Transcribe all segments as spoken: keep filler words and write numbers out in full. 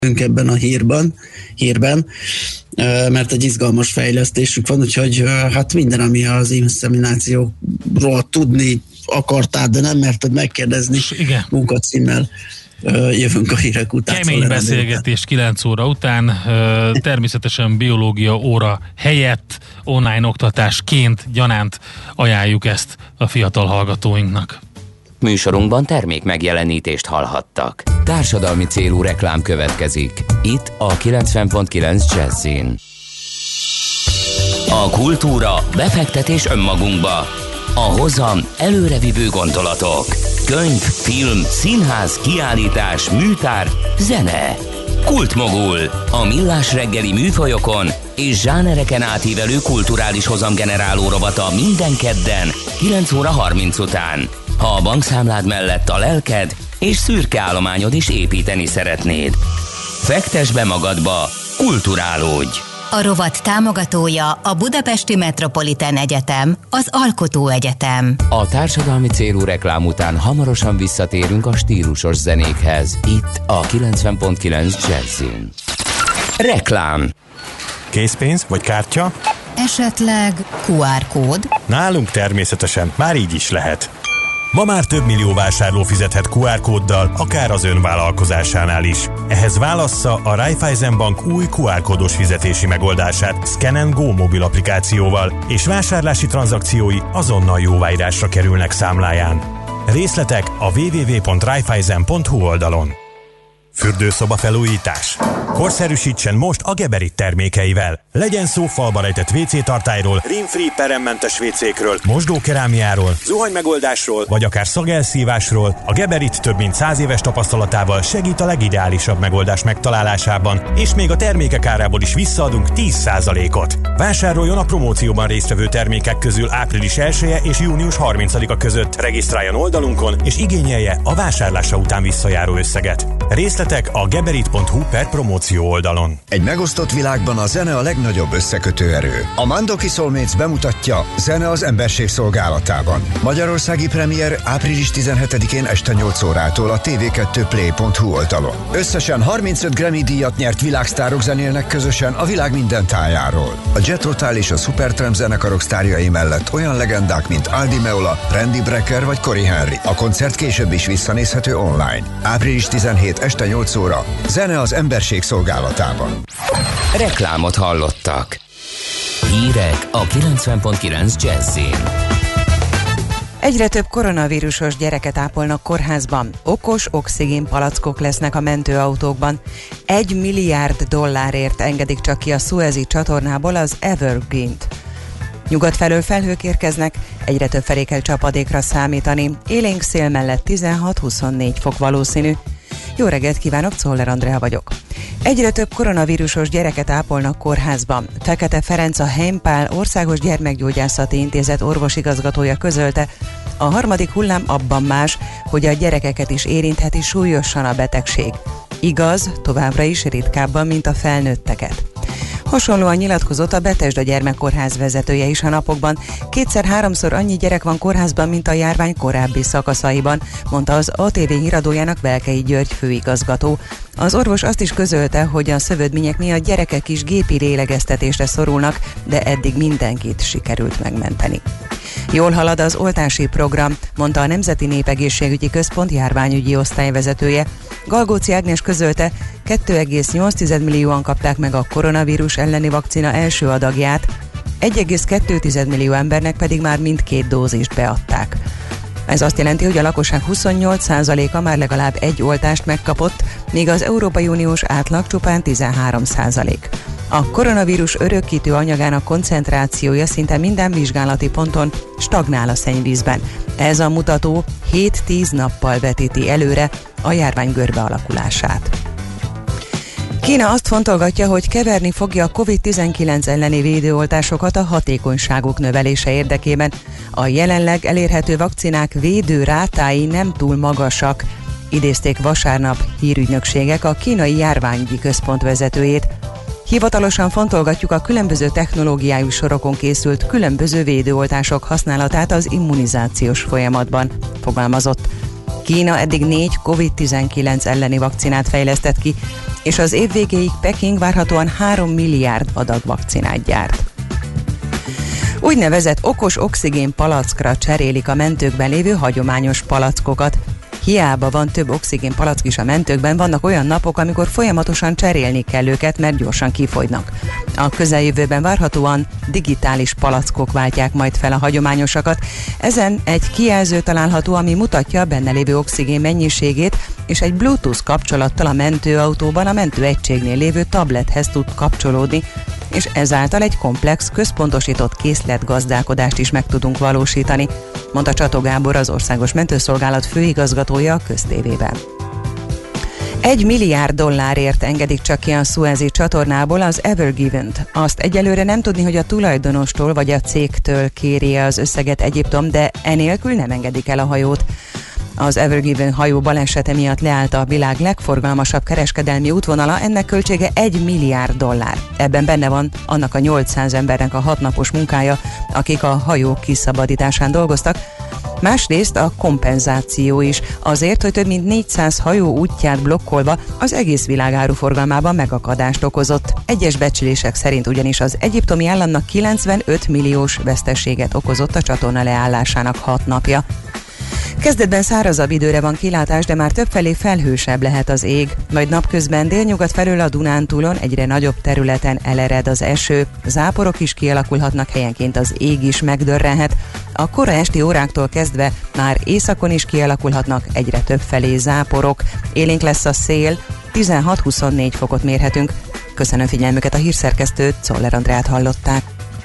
ebben a hírban, hírben, mert egy izgalmas fejlesztésük van, úgyhogy hát minden, ami az inszeminációról tudni akartál, de nem merted megkérdezni, igen, munkacímmel jövünk a hírek után. Kemény beszélgetés kilenc óra után, természetesen biológia óra helyett online oktatásként gyanánt ajánljuk ezt a fiatal hallgatóinknak. Műsorunkban termék megjelenítést hallhattak. Társadalmi célú reklám következik. Itt a kilencven pont kilenc Jazzin. A kultúra, befektetés önmagunkba. A hozam, előrevívő gondolatok. Könyv, film, színház, kiállítás, műtár, zene. Kultmogul. A millás reggeli műfajokon és zsánereken átívelő kulturális hozamgeneráló rovata minden kedden kilenc óra harminc után. Ha a bankszámlád mellett a lelked és szürke állományod is építeni szeretnéd. Fektess be magadba, kulturálódj! A rovat támogatója a Budapesti Metropolitán Egyetem, az Alkotó Egyetem. A társadalmi célú reklám után hamarosan visszatérünk a stílusos zenékhez. Itt a kilencven pont kilenc Jazzin. Reklám. Készpénz vagy kártya? Esetleg kú ár kód? Nálunk természetesen, már így is lehet. Ma már több millió vásárló fizethet kú ár kóddal, akár az önvállalkozásánál is. Ehhez válassza a Raiffeisen Bank új kú ár kódos fizetési megoldását Scan and Go mobil applikációval, és vásárlási tranzakciói azonnal jóváírásra kerülnek számláján. Részletek a double-u double-u double-u pont raiffeisen pont hu oldalon. Fürdőszoba felújítás. Korszerűsítsen most a Geberit termékeivel. Legyen szó falba rejtett vé cé tartályról, rim-free peremmentes vécékről, mosdókerámiáról, zuhanymegoldásról, vagy akár szagelszívásról, a Geberit több mint száz éves tapasztalatával segít a legideálisabb megoldás megtalálásában, és még a termékek árából is visszaadunk tíz százalékot. Vásároljon a promócióban résztvevő termékek közül április elseje és június harmincadika között, regisztráljon oldalunkon, és igényelje a vásárlása után visszajáró összeget. Részletek a geberit pont hu per promóció oldalon. Egy megosztott világban a zene a legnagyobb összekötő erő. A Mandoki Soulmates bemutatja Zene az emberség szolgálatában. Magyarországi premier április tizenhetedikén este nyolc órától a té vé kettő play pont hu oldalon. Összesen harmincöt Grammy díjat nyert világsztárok zenélnek közösen a világ minden tájáról. A Jet Rotal és a Supertramp zenekarok sztárjai mellett olyan legendák, mint Aldi Meola, Randy Brecker vagy Cory Henry. A koncert később is visszanézhető online. április tizenhetedike este nyolc óra. Zene az emberség szolgálatában. Reklámot hallottak. Hírek a kilencven pont kilenc Jazzin. Egyre több koronavírusos gyereket ápolnak kórházban. Okos oxigénpalackok lesznek a mentőautókban. Egy milliárd dollárért engedik csak ki a Suezi csatornából az Evergreen-t. Nyugat felől felhők érkeznek, egyre több felé kell csapadékra számítani. Élénk szél mellett tizenhat-huszonnégy fok valószínű. Jó reggelt kívánok, Czoller Andrea vagyok. Egyre több koronavírusos gyereket ápolnak kórházban. Fekete Ferenc, a Heimpál Országos Gyermekgyógyászati Intézet orvosigazgatója közölte, a harmadik hullám abban más, hogy a gyerekeket is érintheti súlyosan a betegség. Igaz, továbbra is ritkábban, mint a felnőtteket. Hasonlóan nyilatkozott a Betesda gyermekkórház vezetője is a napokban. Kétszer-háromszor annyi gyerek van kórházban, mint a járvány korábbi szakaszaiban, mondta az á té vé híradójának Belkei György főigazgató. Az orvos azt is közölte, hogy a szövődmények miatt gyerekek is gépi lélegeztetésre szorulnak, de eddig mindenkit sikerült megmenteni. Jól halad az oltási program, mondta a Nemzeti Népegészségügyi Központ járványügyi osztályvezetője. Galgóci Ágnes közölte, két egész nyolc millióan kapták meg a koronavírus elleni vakcina első adagját, egy egész kettő millió embernek pedig már mindkét dózist beadták. Ez azt jelenti, hogy a lakosság huszonnyolc százaléka már legalább egy oltást megkapott, míg az Európai Uniós átlag csupán tizenhárom százalék. A koronavírus örökkítő anyagának koncentrációja szinte minden vizsgálati ponton stagnál a szennyvízben. Ez a mutató hét-tíz nappal vetíti előre a járvány görbe alakulását. Kína azt fontolgatja, hogy keverni fogja a kovid tizenkilenc elleni védőoltásokat a hatékonyságuk növelése érdekében. A jelenleg elérhető vakcinák védő rátái nem túl magasak, idézték vasárnap hírügynökségek a kínai járványügyi központ vezetőjét. Hivatalosan fontolgatjuk a különböző technológiájú sorokon készült különböző védőoltások használatát az immunizációs folyamatban, fogalmazott. Kína eddig négy kovid tizenkilenc elleni vakcinát fejlesztett ki, és az év végéig Peking várhatóan három milliárd adag vakcinát gyárt. Úgynevezett okos oxigén palackra cserélik a mentőkben lévő hagyományos palackokat. Hiába van több oxigén palack is a mentőkben, vannak olyan napok, amikor folyamatosan cserélni kell őket, mert gyorsan kifogynak. A közeljövőben várhatóan digitális palackok váltják majd fel a hagyományosakat. Ezen egy kijelző található, ami mutatja a benne lévő oxigén mennyiségét, és egy Bluetooth kapcsolattal a mentőautóban a mentőegységnél lévő tablethez tud kapcsolódni, és ezáltal egy komplex, központosított készletgazdálkodást is meg tudunk valósítani, mondta Csató Gábor, az Országos Mentőszolgálat főigazgatója a Köztévében. Egy milliárd dollárért engedik csak ki a Szuezi csatornából az Ever Given-t. Azt egyelőre nem tudni, hogy a tulajdonostól vagy a cégtől kéri az összeget Egyiptom, de enélkül nem engedik el a hajót. Az Ever Given hajó balesete miatt leállt a világ legforgalmasabb kereskedelmi útvonala, ennek költsége egy milliárd dollár. Ebben benne van annak a nyolcszáz embernek a hatnapos munkája, akik a hajó kiszabadításán dolgoztak. Másrészt a kompenzáció is, azért, hogy több mint négyszáz hajó útját blokkolva az egész világ áruforgalmában megakadást okozott. Egyes becslések szerint ugyanis az egyiptomi államnak kilencvenöt milliós veszteséget okozott a csatorna leállásának hat napja. Kezdetben szárazabb időre van kilátás, de már többfelé felhősebb lehet az ég, majd napközben délnyugat felől a Dunántúlon egyre nagyobb területen elered az eső, záporok is kialakulhatnak, helyenként az ég is megdörrenhet. A kora esti óráktól kezdve már északon is kialakulhatnak egyre többfelé záporok, élénk lesz a szél, tizenhat-huszonnégy fokot mérhetünk. Köszönöm figyelmüket, a hírszerkesztőt, Czoller Andrát hallották.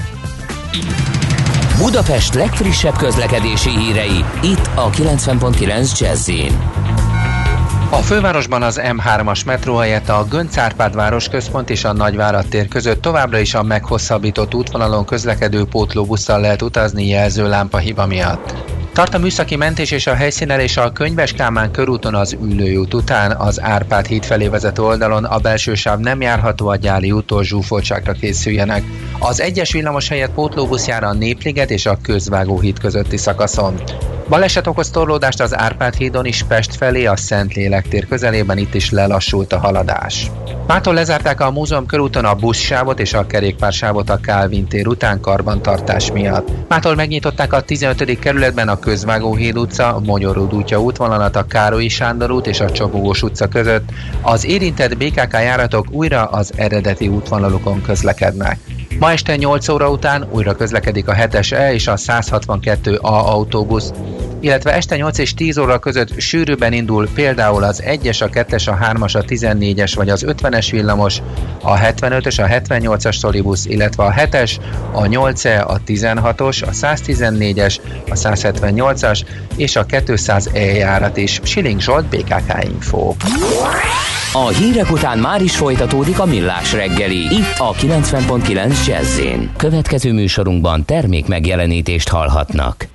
Budapest legfrissebb közlekedési hírei, itt a kilencven pont kilenc Jazz-in. A fővárosban az em hármas metró helyett a Göncz-Árpád városközpont és a Nagyvárad tér között továbbra is a meghosszabbított útvonalon közlekedő pótlóbusszal lehet utazni jelzőlámpa hiba miatt. Tart a műszaki mentés és a helyszínelés a Könyves Kálmán körúton az Üllőút után, az Árpád híd felé vezető oldalon a belső sáv nem járható, a Gyáli úttól zsúfoltságra készüljenek. Az egyes villamos helyett pótlóbusz jár a Népliget és a Közvágó híd közötti szakaszon. Baleset okoz torlódást az Árpád hídon is Pest felé, a Szentlélek tér közelében, itt is lelassult a haladás. Mától lezárták a Múzeum körúton a buszsávot és a kerékpársávot a Kálvin tér után karbantartás miatt. Mától megnyitották a tizenötödik kerületben a Közvágó híd utca, a Magyaród útja útvonalat a Károlyi Sándor út és a Csobogós utca között. Az érintett bé ká ká járatok újra az eredeti útvonalukon közlekednek. Ma este nyolc óra után újra közlekedik a hetes E és a száz hatvankettő A autóbusz, illetve este nyolc és tíz óra között sűrűben indul például az egyes, a kettes, a hármas, a tizennégyes vagy az ötvenes villamos, a hetvenötös, a hetvennyolcas szolibusz, illetve a hetes, a nyolc E, a tizenhatos, a száztizennégyes, a száz hetvennyolcas és a kétszáz E járat is. Schilling Zsolt, bé ká ká Info. A hírek után már is folytatódik a Millás reggeli, itt a kilencven pont kilenc Jazz-in. Következő műsorunkban termék megjelenítést hallhatnak.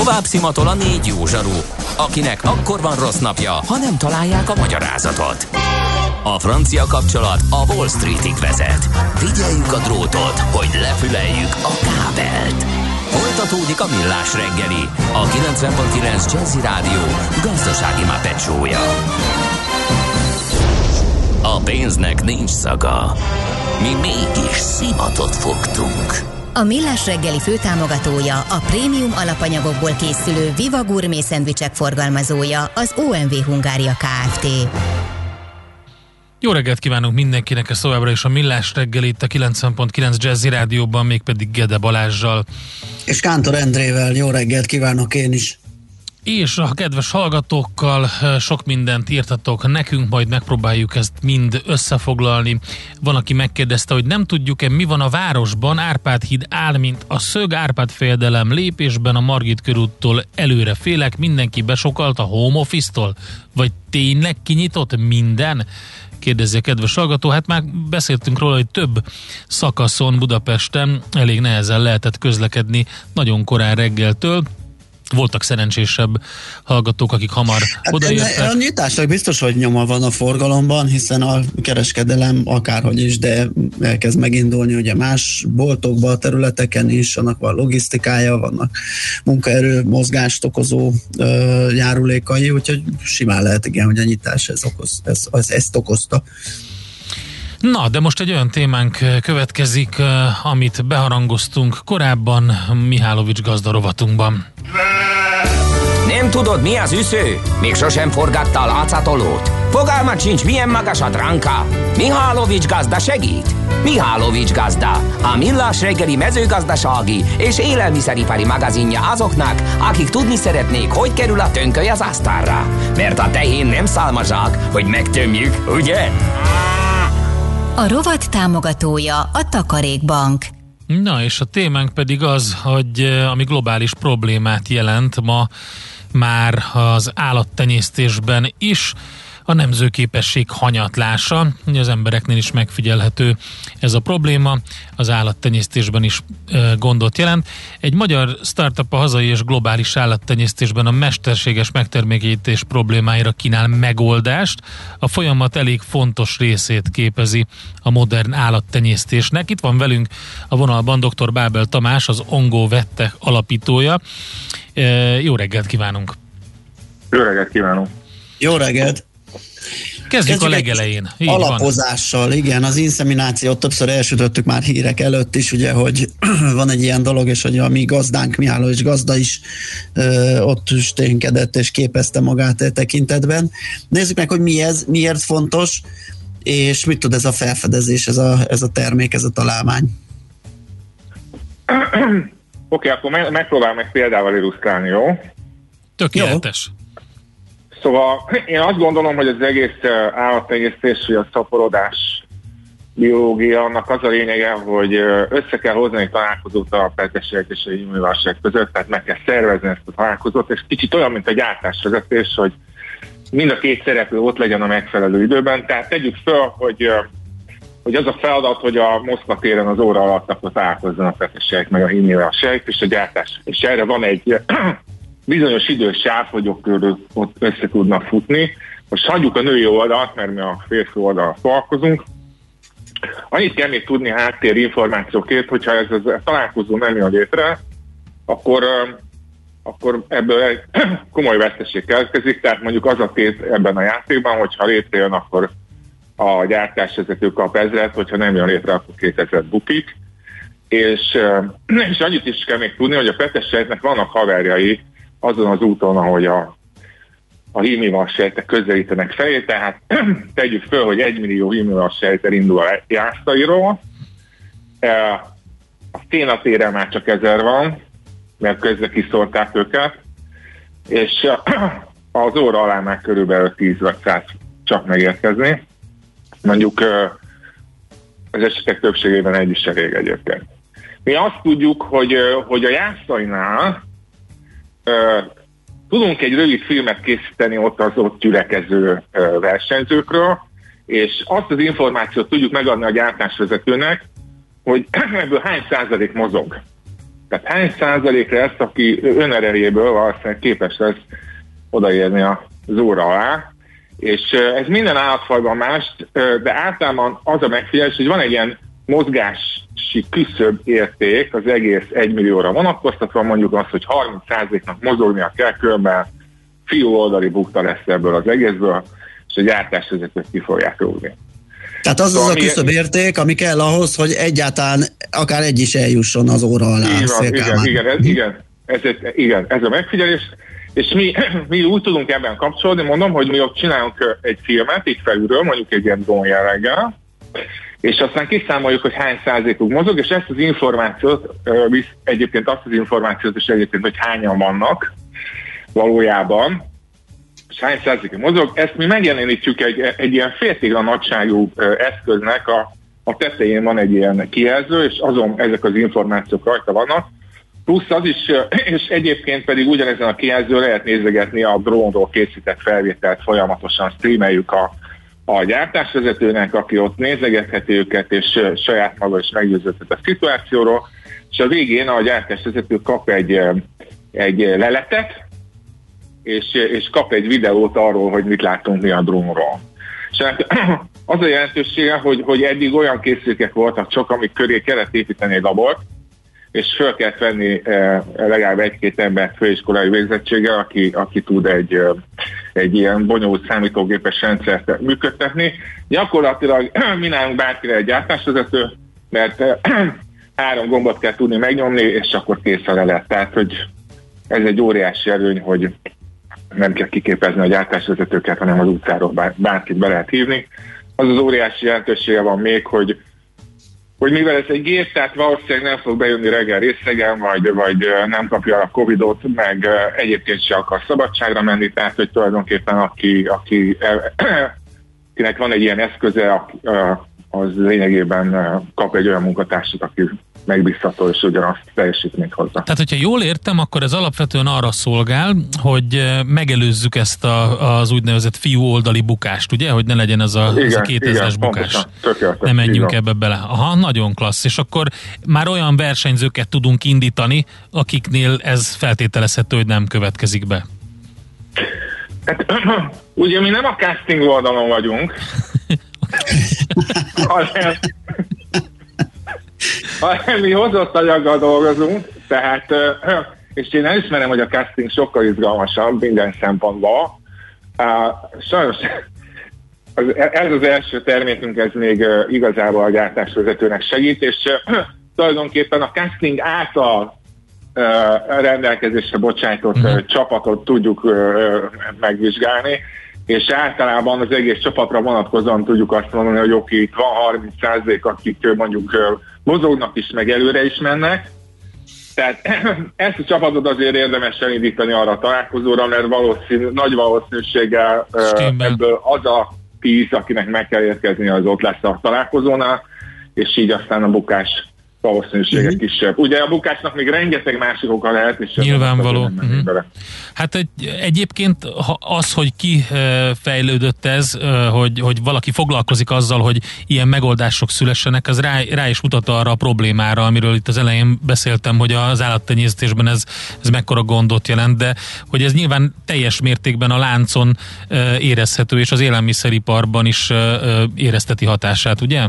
Tovább szimatol a négy jó zsaru, akinek akkor van rossz napja, ha nem találják a magyarázatot. A francia kapcsolat a Wall Streetig vezet. Figyeljük a drótot, hogy lefüleljük a kábelt. Folytatódik a Millás reggeli, a kilencven pont kilenc Jazzy Rádió gazdasági mápecsója. A pénznek nincs szaga. Mi mégis szimatot fogtunk. A Millás reggeli főtámogatója, a prémium alapanyagokból készülő Viva Gourmet szendvicsek forgalmazója, az o em vé Hungária Kft. Jó reggelt kívánunk mindenkinek, ez továbbra is a Millás reggeli itt a kilencven pont kilenc Jazzy Rádióban, mégpedig Gede Balázsjal. És Kántor Endrével, jó reggelt kívánok én is. És a kedves hallgatókkal sok mindent írtatok nekünk, majd megpróbáljuk ezt mind összefoglalni. Van, aki megkérdezte, hogy nem tudjuk-e, mi van a városban. Árpád híd áll, mint a szög, Árpád fejedelem lépésben, a Margit körúttól előre félek, mindenki besokalt a home office-tól? Vagy tényleg kinyitott minden? Kérdezi a kedves hallgató. Hát már beszéltünk róla, hogy több szakaszon Budapesten elég nehezen lehetett közlekedni nagyon korán reggeltől. Voltak szerencsésebb hallgatók, akik hamar hát odaértek. A nyitásnak biztos, hogy nyoma van a forgalomban, hiszen a kereskedelem akárhogy is, de elkezd megindulni ugye más boltokban, területeken is, annak van logisztikája, vannak munkaerő mozgást okozó ö, járulékai, úgyhogy simán lehet, igen, hogy a nyitás ez okoz, ez, ez, ezt okozta. Na, de most egy olyan témánk következik, amit beharangoztunk korábban Mihálovics gazda rovatunkban. Nem tudod, mi az üsző? Még sosem forgatta a látszatolót? Fogalmat sincs, milyen magas a dránka? Mihálovics gazda segít? Mihálovics gazda, a Millás reggeli mezőgazdasági és élelmiszeripari magazinja azoknak, akik tudni szeretnék, hogy kerül a tönköly az asztalra. Mert a tehén nem szálmazsák, hogy megtömjük, ugye? A rovat támogatója a Takarékbank. Na, és a témánk pedig az, hogy ami globális problémát jelent ma már az állattenyésztésben is, a nemzőképesség hanyatlása. Az embereknél is megfigyelhető ez a probléma, az állattenyésztésben is e, gondot jelent. Egy magyar startup a hazai és globális állattenyésztésben a mesterséges megtermékenyítés problémáira kínál megoldást. A folyamat elég fontos részét képezi a modern állattenyésztésnek. Itt van velünk a vonalban dr. Bábel Tamás, az Ongo Vettech alapítója. E, jó reggelt kívánunk! Jó reggelt kívánunk! Jó reggelt! Kezdjük, Kezdjük a legelején. Így alapozással, van. Igen, az inszeminációt többször elsütöttük már hírek előtt is, ugye, hogy van egy ilyen dolog, és hogy a mi gazdánk, Mihálovics gazda is ö, ott tüsténkedett és képezte magát e tekintetben. Nézzük meg, hogy mi ez, miért fontos, és mit tud ez a felfedezés, ez a, ez a termék, ez a találmány. Oké, okay, akkor meg, megpróbálom meg példával illusztrálni, jó? Tökéletes. Jó. Szóval én azt gondolom, hogy az egész állattenyésztés, vagy a szaporodás biológia, annak az a lényege, hogy össze kell hozni egy találkozót a petességek és a híművásság között, tehát meg kell szervezni ezt a találkozót, és kicsit olyan, mint a gyártásvezetés, hogy mind a két szereplő ott legyen a megfelelő időben. Tehát tegyük föl, hogy, hogy az a feladat, hogy a Moszkva téren az óra alatt akkor találkozzon a petességek meg a híművásság, és a gyártás. És erre van egy bizonyos idős sáv, hogy ott össze tudnak futni. Most hagyjuk a női oldalt, mert mi a férfi oldalt foglalkozunk. Annyit kell még tudni háttérinformációként, hogyha ez a találkozó nem jön létre, akkor, akkor ebből egy komoly veszteség keletkezik, tehát mondjuk az a tét ebben a játékban, hogyha létrejön, akkor a gyártásvezető kap ezret, hogyha nem jön létre, akkor kétezret bukik. És, és annyit is kell még tudni, hogy a petesejtnek vannak haverjai azon az úton, ahogy a, a hímivas sejtek közelítenek felé, tehát tegyük föl, hogy egymillió hímivas sejter indul a jászairól. A Szénatéren már csak ezer van, mert közben kiszórták őket, és az óra alá már körülbelül tíz vagy száz csak megérkezni. Mondjuk az esetek többségében egy is elég egyébként. Mi azt tudjuk, hogy, hogy a jászainál uh, tudunk egy rövid filmet készíteni ott az ott gyülekező uh, versenyzőkről, és azt az információt tudjuk megadni a gyártásvezetőnek, hogy ebből hány százalék mozog. Tehát hány százalékra ezt, aki önerejéből valószínűleg képes lesz odaérni az óra alá, és ez minden állatfajban más, de általában az a megfigyelés, hogy van egy ilyen mozgási küszöbb érték az egész egymillióra vonatkoztatva, mondjuk az, hogy harminc százaléknak mozognia kell, körben fiú oldali bukta lesz ebből az egészből, és a gyártásvezetőt ki fogják rúgni. Tehát az az a küszöbb érték, ami kell ahhoz, hogy egyáltalán akár egy is eljusson az óra alá. Igen, igen, igen, ez, igen, ez, igen, ez a megfigyelés. És mi, mi úgy tudunk ebben kapcsolódni, mondom, hogy mi ott csinálunk egy filmet, így felülről, mondjuk egy ilyen drón jelleggel, és aztán kiszámoljuk, hogy hány százalékuk mozog, és ezt az információt, egyébként azt az információt is egyébként, hogy hányan vannak valójában, és hány százalékig mozog, ezt mi megjelenítjük egy, egy ilyen féltégla nagyságú eszköznek, a, a tetején van egy ilyen kijelző, és azon ezek az információk rajta vannak, plusz az is, és egyébként pedig ugyanezen a kijelzőn lehet nézegetni a drónról készített felvételt, folyamatosan streameljük a, a gyártásvezetőnek, aki ott nézegetheti őket, és saját maga is meggyőződhet a szituációról, és a végén a gyártásvezető kap egy, egy leletet, és, és kap egy videót arról, hogy mit látunk mi a drónról. És az a jelentősége, hogy, hogy eddig olyan készülékek voltak csak, amik köré kellett építeni egy labort, és föl kellett venni eh, legalább egy-két embert főiskolai végzettséggel, aki, aki tud egy, eh, egy ilyen bonyolult számítógépes rendszert működtetni. Gyakorlatilag mi nálunk bárkire egy gyártásvezető, mert eh, három gombot kell tudni megnyomni, és akkor kész a lelet. Tehát, hogy ez egy óriási előny, hogy nem kell kiképezni a gyártásvezetőket, hanem az utcáról bár, bárkit be lehet hívni. Az az óriási jelentősége van még, hogy hogy mivel ez egy gép, tehát valószínűleg nem fog bejönni reggel részegen, vagy, vagy nem kapja a Covidot, meg egyébként se akar szabadságra menni, tehát hogy tulajdonképpen aki, aki, akinek van egy ilyen eszköze, az lényegében kap egy olyan munkatársat, aki megbízható, és ugyanazt teljesítményt hozzá. Tehát, hogyha jól értem, akkor ez alapvetően arra szolgál, hogy megelőzzük ezt a, az úgynevezett fiú oldali bukást, ugye? Hogy ne legyen ez a, igen, ez a kétezres bukás. Ne menjünk ebbe bele. Aha, nagyon klassz. És akkor már olyan versenyzőket tudunk indítani, akiknél ez feltételezhető, hogy nem következik be. Hát, ugye mi nem a casting oldalon vagyunk, hanem hanem mi hozott anyaggal dolgozunk, tehát, és én elismerem, hogy a casting sokkal izgalmasabb minden szempontból. Sajnos ez az első termékünk, ez még igazából a gyártásvezetőnek segít, és tulajdonképpen a casting által rendelkezésre bocsájtott mm. csapatot tudjuk megvizsgálni, és általában az egész csapatra vonatkozóan tudjuk azt mondani, hogy oké, itt van harminc százalék, akik mondjuk mozognak is, meg előre is mennek. Tehát ezt a csapatot azért érdemes elindítani arra a találkozóra, mert valószínű, nagy valószínűséggel Stimmel. ebből az a tíz, akinek meg kell érkezni, az ott lesz a találkozónál, és így aztán a bukás valószínűsége uh-huh. kisebb. Ugye a bukásnak még rengeteg másik oka lehet, és nyilvánvaló. Uh-huh. Hát egy, egyébként az, hogy ki fejlődött ez, hogy, hogy valaki foglalkozik azzal, hogy ilyen megoldások szülessenek, az rá, rá is mutat arra a problémára, amiről itt az elején beszéltem, hogy az állattenyésztésben ez, ez mekkora gondot jelent, de hogy ez nyilván teljes mértékben a láncon érezhető, és az élelmiszeriparban is érezteti hatását, ugye?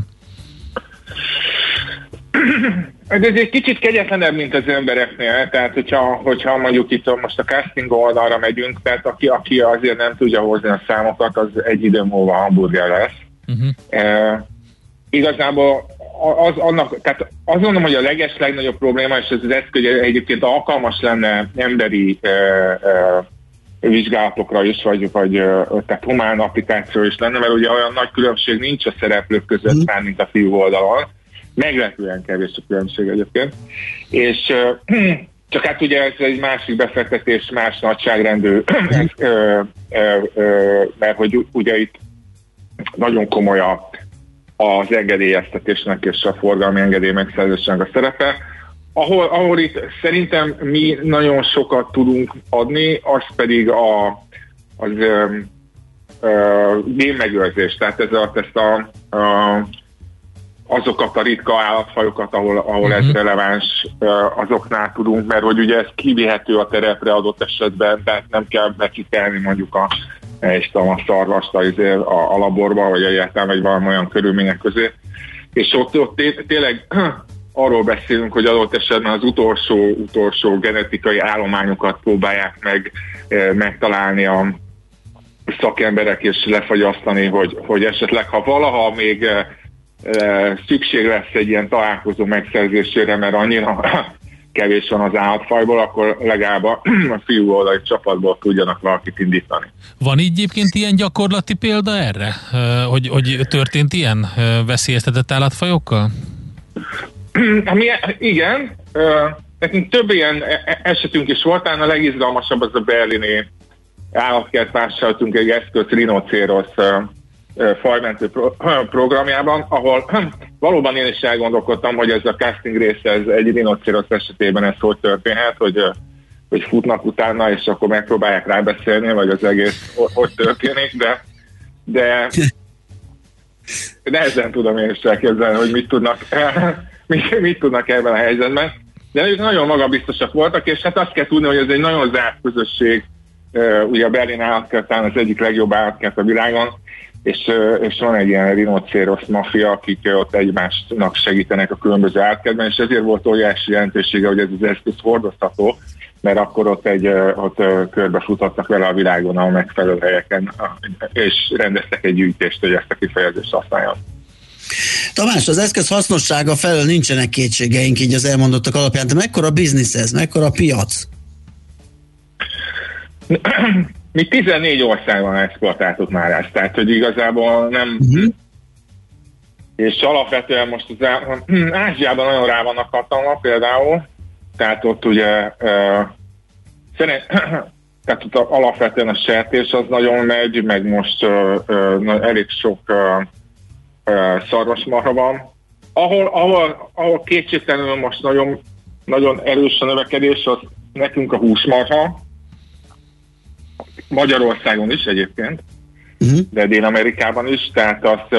Ez egy kicsit kegyetlenebb, mint az embereknél, tehát hogyha, hogyha mondjuk itt most a casting oldalra megyünk, tehát aki, aki azért nem tudja hozni a számokat, az egy idő múlva hamburger lesz. Uh-huh. E, igazából az, annak, tehát azt mondom, hogy a leges legnagyobb probléma, és ez az eszköz egyébként alkalmas lenne emberi e, e, vizsgálatokra is, vagy, vagy e, tehát humán applikáció is lenne, mert ugye olyan nagy különbség nincs a szereplők között, uh-huh. már mint a fiú oldalon. Meglepően kevés a különbség egyébként. És uh, csak hát ugye ez egy másik befektetés, más nagyságrendű, ez, ö, ö, ö, mert hogy ugye itt nagyon komoly a, az engedélyeztetésnek és a forgalmi engedély megszerzésnek a szerepe. Ahol, ahol itt szerintem mi nagyon sokat tudunk adni, az pedig a, az génmegőrzés. Tehát ez a, ezt a, a azokat a ritka állatfajokat, ahol, ahol uh-huh. ez releváns, azoknál tudunk, mert hogy ugye ez kivihető a terepre adott esetben, tehát nem kell becitelni mondjuk a, a szarvast a, a laborba, vagy egyáltalán vagy valami olyan körülmények közé. És ott, ott té- tényleg arról beszélünk, hogy adott esetben az utolsó, utolsó genetikai állományokat próbálják meg megtalálni a szakemberek, és lefagyasztani, hogy, hogy esetleg, ha valaha még szükség lesz egy ilyen találkozó megszerzésére, mert annyira kevés van az állatfajból, akkor legalább a fiú oldali csapatból tudjanak valakit indítani. Van így egyébként ilyen gyakorlati példa erre? Hogy, hogy történt ilyen veszélyeztetett állatfajokkal? Igen. Nekünk több ilyen esetünk is volt, a legizgalmasabb az a berlini állatkert vásároltunk egy eszköz rinocérosz fajmentő pro- programjában, ahol valóban én is elgondolkodtam, hogy ez a casting része ez egy rinocérosz esetében ez hogy történhet, hogy, hogy futnak utána, és akkor megpróbálják rábeszélni, vagy az egész hogy történik, de, de nehezen tudom én is elképzelni, hogy mit tudnak, mit, mit tudnak ebben a helyzetben. De ők nagyon magabiztosak voltak, és hát azt kell tudni, hogy ez egy nagyon zárt közösség. Uh, ugye a Berlin állatkert az egyik legjobb állatkert a világon, és, uh, és van egy ilyen rinocérosz maffia, akik uh, ott egymásnak segítenek a különböző állatkertben, és ezért volt óriási jelentősége, hogy ez az eszköz hordozható, mert akkor ott, egy, uh, ott uh, körbefutottak vele a világon a megfelelő helyeken, uh, és rendeztek egy gyűjtést, hogy ezt a kifejezést használjon. Tamás, az eszköz hasznossága felől nincsenek kétségeink így az elmondottak alapján, de mekkora biznisz ez, mekkora piac? Mi tizennégy országban exportáltuk már ezt, tehát hogy igazából nem... Uh-huh. És alapvetően most az Ázsiában nagyon rá vannak hatalma például, tehát ott ugye uh, szerint, tehát ott alapvetően a sertés az nagyon megy, meg most uh, uh, elég sok uh, uh, szarvasmarha van. Ahol, ahol, ahol kétségtelenül most nagyon, nagyon erős a növekedés, az nekünk a húsmarha, Magyarországon is egyébként, uh-huh. de Dél-Amerikában is, tehát az,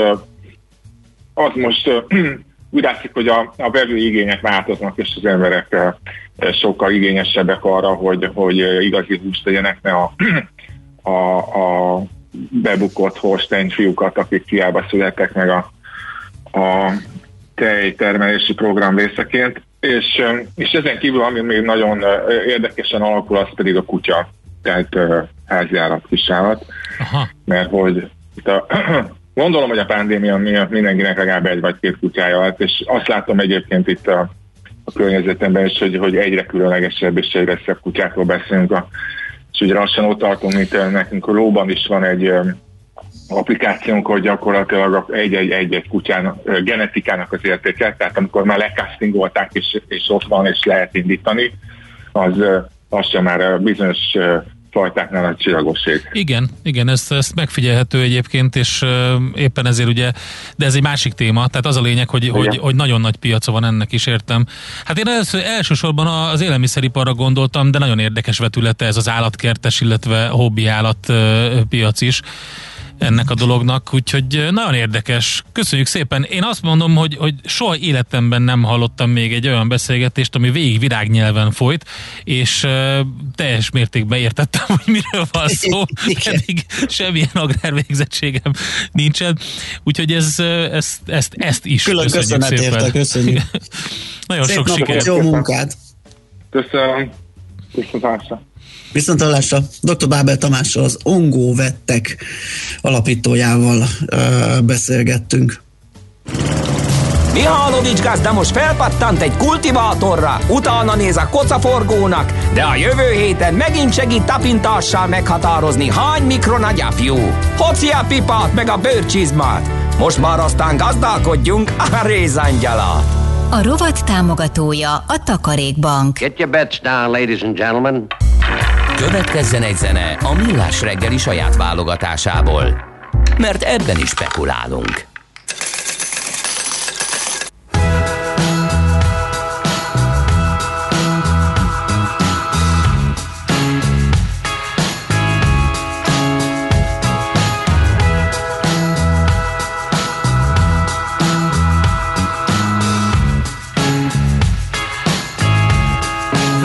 az most úgy látszik, hogy a, a vevő igények változnak, és az emberek sokkal igényesebbek arra, hogy, hogy igazi húst tegyenek, ne a, a, a bebukott Holstein fiúkat, akik hiába születtek meg a, a tejtermelési program részeként, és, és ezen kívül, ami még nagyon érdekesen alakul, az pedig a kutya, tehát uh, háziállat, kisállat, aha. mert hogy itt a, gondolom, hogy a pandémia miatt mindenkinek legalább egy vagy két kutyája lett, és azt látom egyébként itt a, a környezetemben is, hogy, hogy egyre különlegesebb és egyre szebb kutyákról beszélünk, a, és ugye lassan ott tartunk, mint nekünk a lóban is van egy um, applikációnk, hogy gyakorlatilag egy-egy kutyának, genetikának az értéke, tehát amikor már lekasztingolták, és, és ott van, és lehet indítani, az, az sem már bizonyos fajtáknál a csillagosség. Igen, igen, ezt, ezt megfigyelhető egyébként, és uh, éppen ezért ugye, de ez egy másik téma, tehát az a lényeg, hogy, hogy, hogy nagyon nagy piaca van ennek is, értem. Hát én els, elsősorban az élelmiszeriparra gondoltam, de nagyon érdekes vetülete ez az állatkertes, illetve hobbi állat uh, piac is ennek a dolognak, úgyhogy nagyon érdekes. Köszönjük szépen. Én azt mondom, hogy, hogy soha életemben nem hallottam még egy olyan beszélgetést, ami végig virágnyelven folyt, és uh, teljes mértékben értettem, hogy miről van szó, pedig semmilyen agrárvégzettségem nincsen. Úgyhogy ez, ezt, ezt, ezt is külön köszönjük szépen. Érte, köszönjük. Nagyon szép sok sikert. Jó munkát. Köszönöm. Viszontlátásra. Viszontlátásra. doktor Bábel Tamással, az Ongó Vettek alapítójával uh, beszélgettünk. Mihálovics gazda most felpattant egy kultivátorra, utána néz a kocaforgónak, de a jövő héten megint segít tapintással meghatározni, hány mikron a gyapjú. Hoci a pipát meg a bőrcsizmát. Most már aztán gazdálkodjunk a rézangyalat. A rovat támogatója a Takarékbank. Get your bets down, ladies and gentlemen. Következzen egy zene a Millás reggeli saját válogatásából, mert ebben is spekulálunk.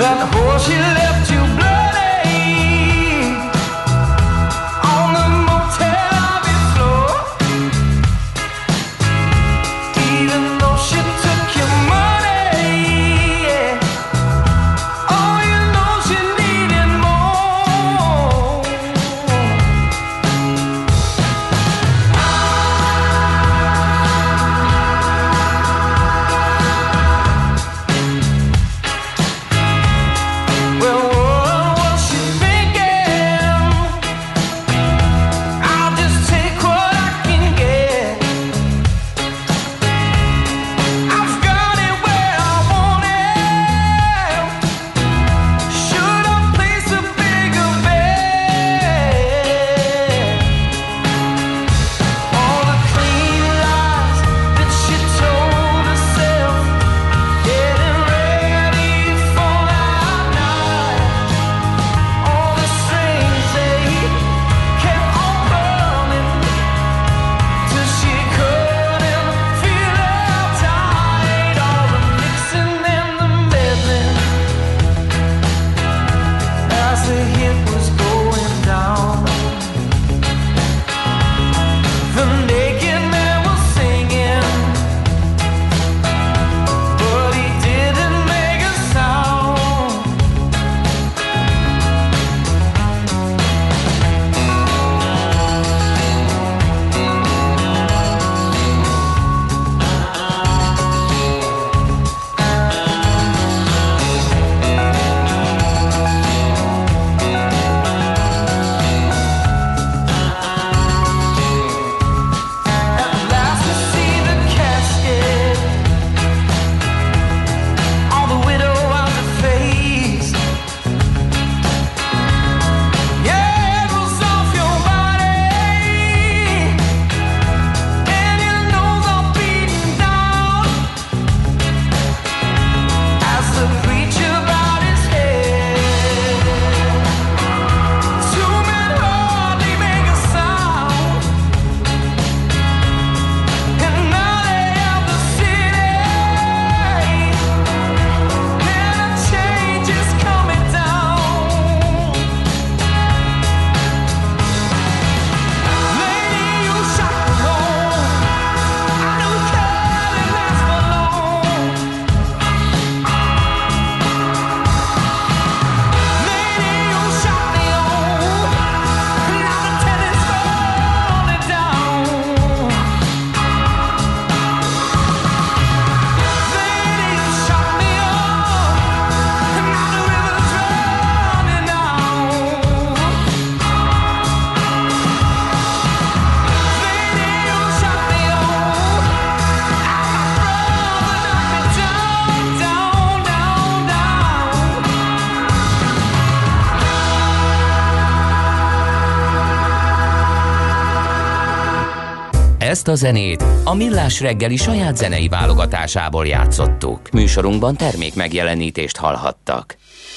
Ezt a zenét a Millás reggeli saját zenei válogatásából játszottuk. Műsorunkban termék megjelenítést hallhattak.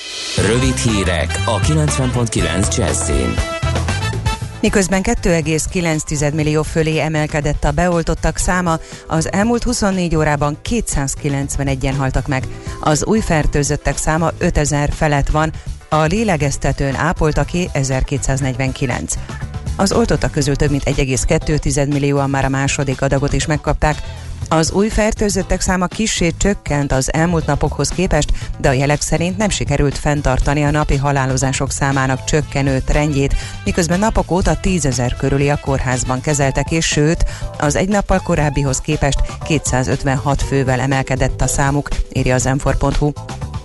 Rövid hírek a kilencven pont kilenc Jazzin. Miközben két egész kilenc millió fölé emelkedett a beoltottak száma, az elmúlt huszonnégy órában kétszázkilencvenegyen haltak meg. Az új fertőzöttek száma ötezer felett van, a lélegeztetőn ápoltaké ezerkétszáznegyvenkilenc. Az oltottak közül több mint egy egész kettő millióan már a második adagot is megkapták. Az új fertőzöttek száma kissé csökkent az elmúlt napokhoz képest, de a jelek szerint nem sikerült fenntartani a napi halálozások számának csökkenő trendjét, miközben napok óta tízezer körüli a kórházban kezeltek, és sőt, az egy nappal korábbihoz képest kétszázötvenhat fővel emelkedett a számuk, írja az em négy pont hu.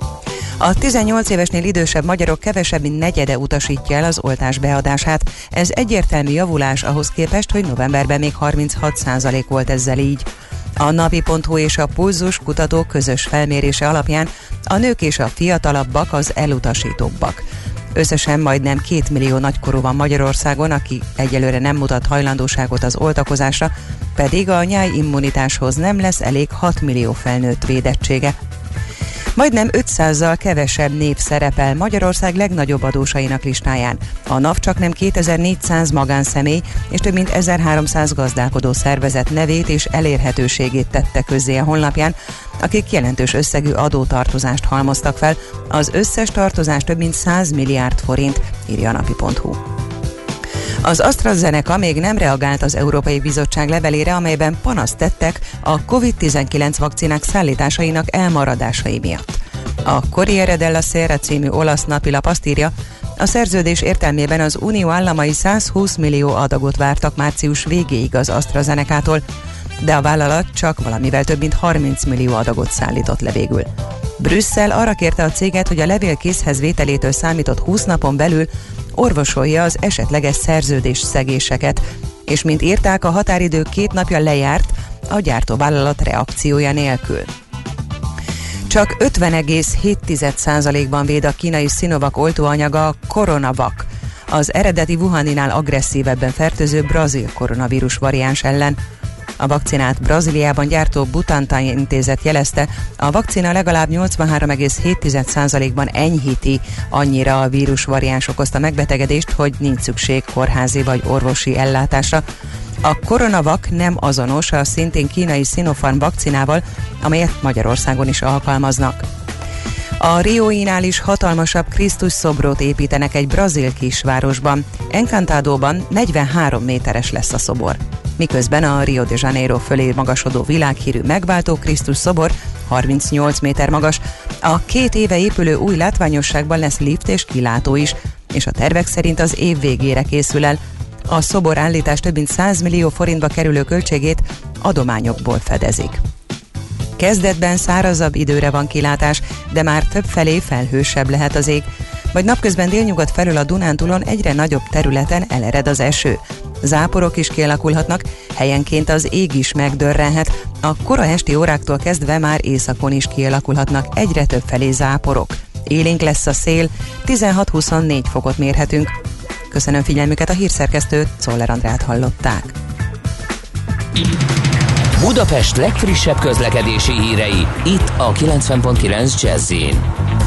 A tizennyolc évesnél idősebb magyarok kevesebb, mint negyede utasítja el az oltás beadását. Ez egyértelmű javulás ahhoz képest, hogy novemberben még harminchat százalék volt ezzel így. A napi pont hu és a Pulzus kutató közös felmérése alapján a nők és a fiatalabbak az elutasítóbbak. Összesen majdnem két millió nagykorú van Magyarországon, aki egyelőre nem mutat hajlandóságot az oltakozásra, pedig a nyájimmunitáshoz nem lesz elég hat millió felnőtt védettsége. Majdnem ötszázzal kevesebb név szerepel Magyarország legnagyobb adósainak listáján. A NAV csaknem kétezer-négyszáz magánszemély és több mint ezerháromszáz gazdálkodó szervezet nevét és elérhetőségét tette közzé a honlapján. akik jelentős összegű adótartozást halmoztak fel. Az összes tartozás több mint száz milliárd forint, írja a napi pont hu. Az AstraZeneca még nem reagált az Európai Bizottság levelére, amelyben panaszt tettek a kovid tizenkilenc vakcinák szállításainak elmaradásai miatt. A Corriere della Sera című olasz napilap azt írja, a szerződés értelmében az Unió államai százhúsz millió adagot vártak március végéig az AstraZenecától, de a vállalat csak valamivel több mint harminc millió adagot szállított le végül. Brüsszel arra kérte a céget, hogy a levél készhez vételétől számított húsz napon belül orvosolja az esetleges szerződésszegéseket, és mint írták, a határidő két napja lejárt a gyártóvállalat reakciója nélkül. Csak ötven egész hét százalékban véd a kínai Sinovac oltóanyaga, a CoronaVac, az eredeti Wuhaninál agresszívebben fertőző brazil koronavírus variáns ellen. A vakcinát Brazíliában gyártó Butantan intézet jelezte, a vakcina legalább nyolcvanhárom egész hét százalékban enyhíti annyira a vírus variáns okozta megbetegedést, hogy nincs szükség kórházi vagy orvosi ellátásra. A CoronaVac nem azonos a szintén kínai Sinopharm vakcinával, amelyet Magyarországon is alkalmaznak. A Rióinál is hatalmasabb Krisztus szobrot építenek egy brazil kisvárosban. Encantadóban negyvenhárom méteres lesz a szobor. Miközben a Rio de Janeiro fölé magasodó világhírű megváltó Krisztus szobor harmincnyolc méter magas. A két éve épülő új látványosságban lesz lift és kilátó is, és a tervek szerint az év végére készül el. A szobor állítás több mint száz millió forintba kerülő költségét adományokból fedezik. Kezdetben szárazabb időre van kilátás, de már többfelé felhősebb lehet az ég. Vagy napközben délnyugat felől a Dunántúlon egyre nagyobb területen elered az eső. Záporok is kialakulhatnak, helyenként az ég is megdörrenhet. A kora esti óráktól kezdve már északon is kialakulhatnak egyre többfelé záporok. Élénk lesz a szél, tizenhat-huszonnégy fokot mérhetünk. Köszönöm figyelmüket, a hírszerkesztőt, Czoller Andrát hallották. Budapest legfrissebb közlekedési hírei, itt a kilencven pont kilenc Jazz-in.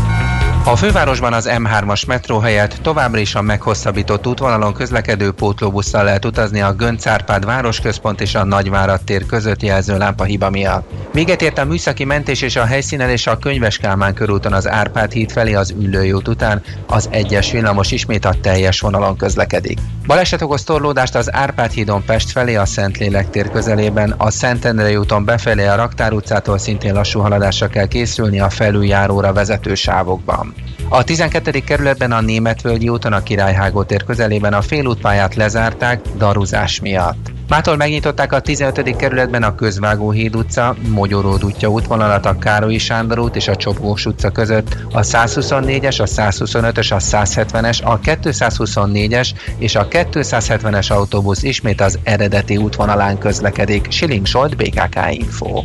A fővárosban az em hármas metró helyett továbbra is a meghosszabbított útvonalon közlekedő pótlóbusszal lehet utazni a Göncz Árpád városközpont és a Nagyvárad tér között jelzőlámpa hiba miatt. Véget ért a műszaki mentés és a helyszínelés a Könyves Kálmán körúton az Árpád híd felé az Üllői út után, az egyes villamos ismét a teljes vonalon közlekedik. Baleset okoz torlódást az Árpád hídon Pest felé a Szentlélek tér közelében, a Szentendrei úton befelé a Raktár utcától szintén lassú haladásra kell készülni a felüljáróra vezető sávokban. A tizenkettedik kerületben a Németvölgyi úton a Királyhágó tér közelében a félútpályát lezárták daruzás miatt. Mától megnyitották a tizenötödik kerületben a Közvágóhíd utca, Mogyoród útja útvonalat a Károlyi Sándor út és a Csopós utca között, a százhuszonnégyes, a százhuszonötös, a százhetvenes, a kétszázhuszonnégyes és a kétszázhetvenes autóbusz ismét az eredeti útvonalán közlekedik. Schilling Zsolt, bé ká ká Info.